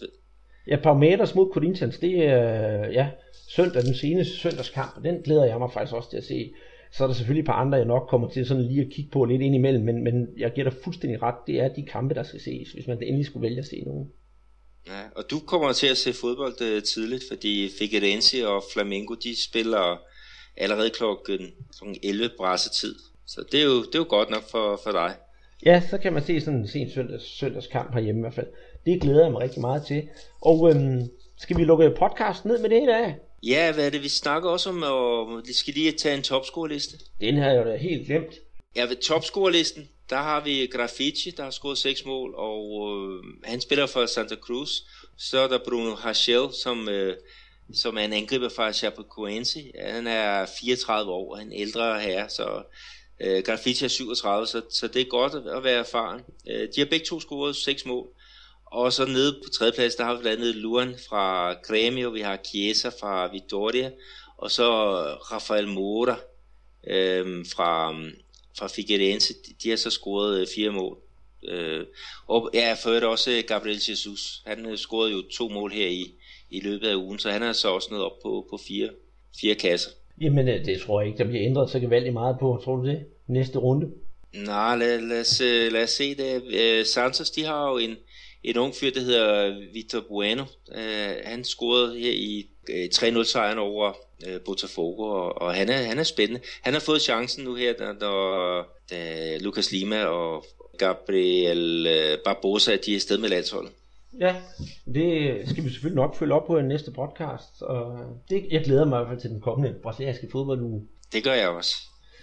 Ja, Palmeiras mod Corinthians, det er den seneste søndagskamp, og den glæder jeg mig faktisk også til at se. Så er der selvfølgelig et par andre, jeg nok kommer til sådan lige at kigge på lidt ind imellem, men jeg giver dig fuldstændig ret, det er de kampe, der skal ses, hvis man endelig skulle vælge at se nogen. Ja, og du kommer til at se fodbold tidligt, fordi Figueirense og Flamengo, de spiller allerede klokken 11 brassetid. Så det er jo godt nok for dig. Ja, så kan man se sådan en sen søndagskamp herhjemme i hvert fald. Det glæder jeg mig rigtig meget til. Og skal vi lukke podcast ned med det i dag? Ja, hvad er det? Vi snakker også om, og vi skal lige tage en topscoreliste. Den har jeg jo da helt glemt. Ja, ved topscorelisten, der har vi Graffiti, der har scoret 6 mål, og han spiller for Santa Cruz. Så er der Bruno Hachel, som er en angriber fra Chapecoense. Han er 34 år, og en ældre herre, så Graffiti er 37, så det er godt at være erfaren. De har begge to scoret 6 mål. Og så nede på tredjeplads, der har vi blandt andet Luan fra Grêmio, vi har Chiesa fra Vitória, og så Rafael Moura fra Figueirense. De har så scoret 4 mål. Og ja, for øvrigt også Gabriel Jesus. Han scorede jo 2 mål her i løbet af ugen, så han er så også nået op på 4 kasser. Jamen det tror jeg ikke, der bliver ændret så gevaldigt meget på, tror du det? Næste runde? Nej, lad os se det. Santos, de har jo en ung fyr, der hedder Vitor Bueno. Han scorede her i 3-0 sejren over Botafogo, og han er spændende. Han har fået chancen nu her, da Lucas Lima og Gabriel Barbosa, de er afsted med landsholdet. Ja, det skal vi selvfølgelig nok følge op på i næste podcast, og jeg glæder mig i hvert fald til den kommende brasilianske fodbolduge. Det gør jeg også.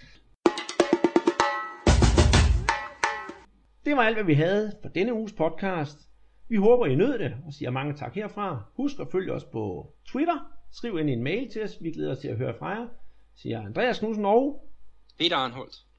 Det var alt, hvad vi havde for denne uges podcast. Vi håber, I nød det, og siger mange tak herfra. Husk at følge os på Twitter. Skriv ind en mail til os. Vi glæder os til at høre fra jer. Siger Andreas Knudsen og Peter Arnholdt.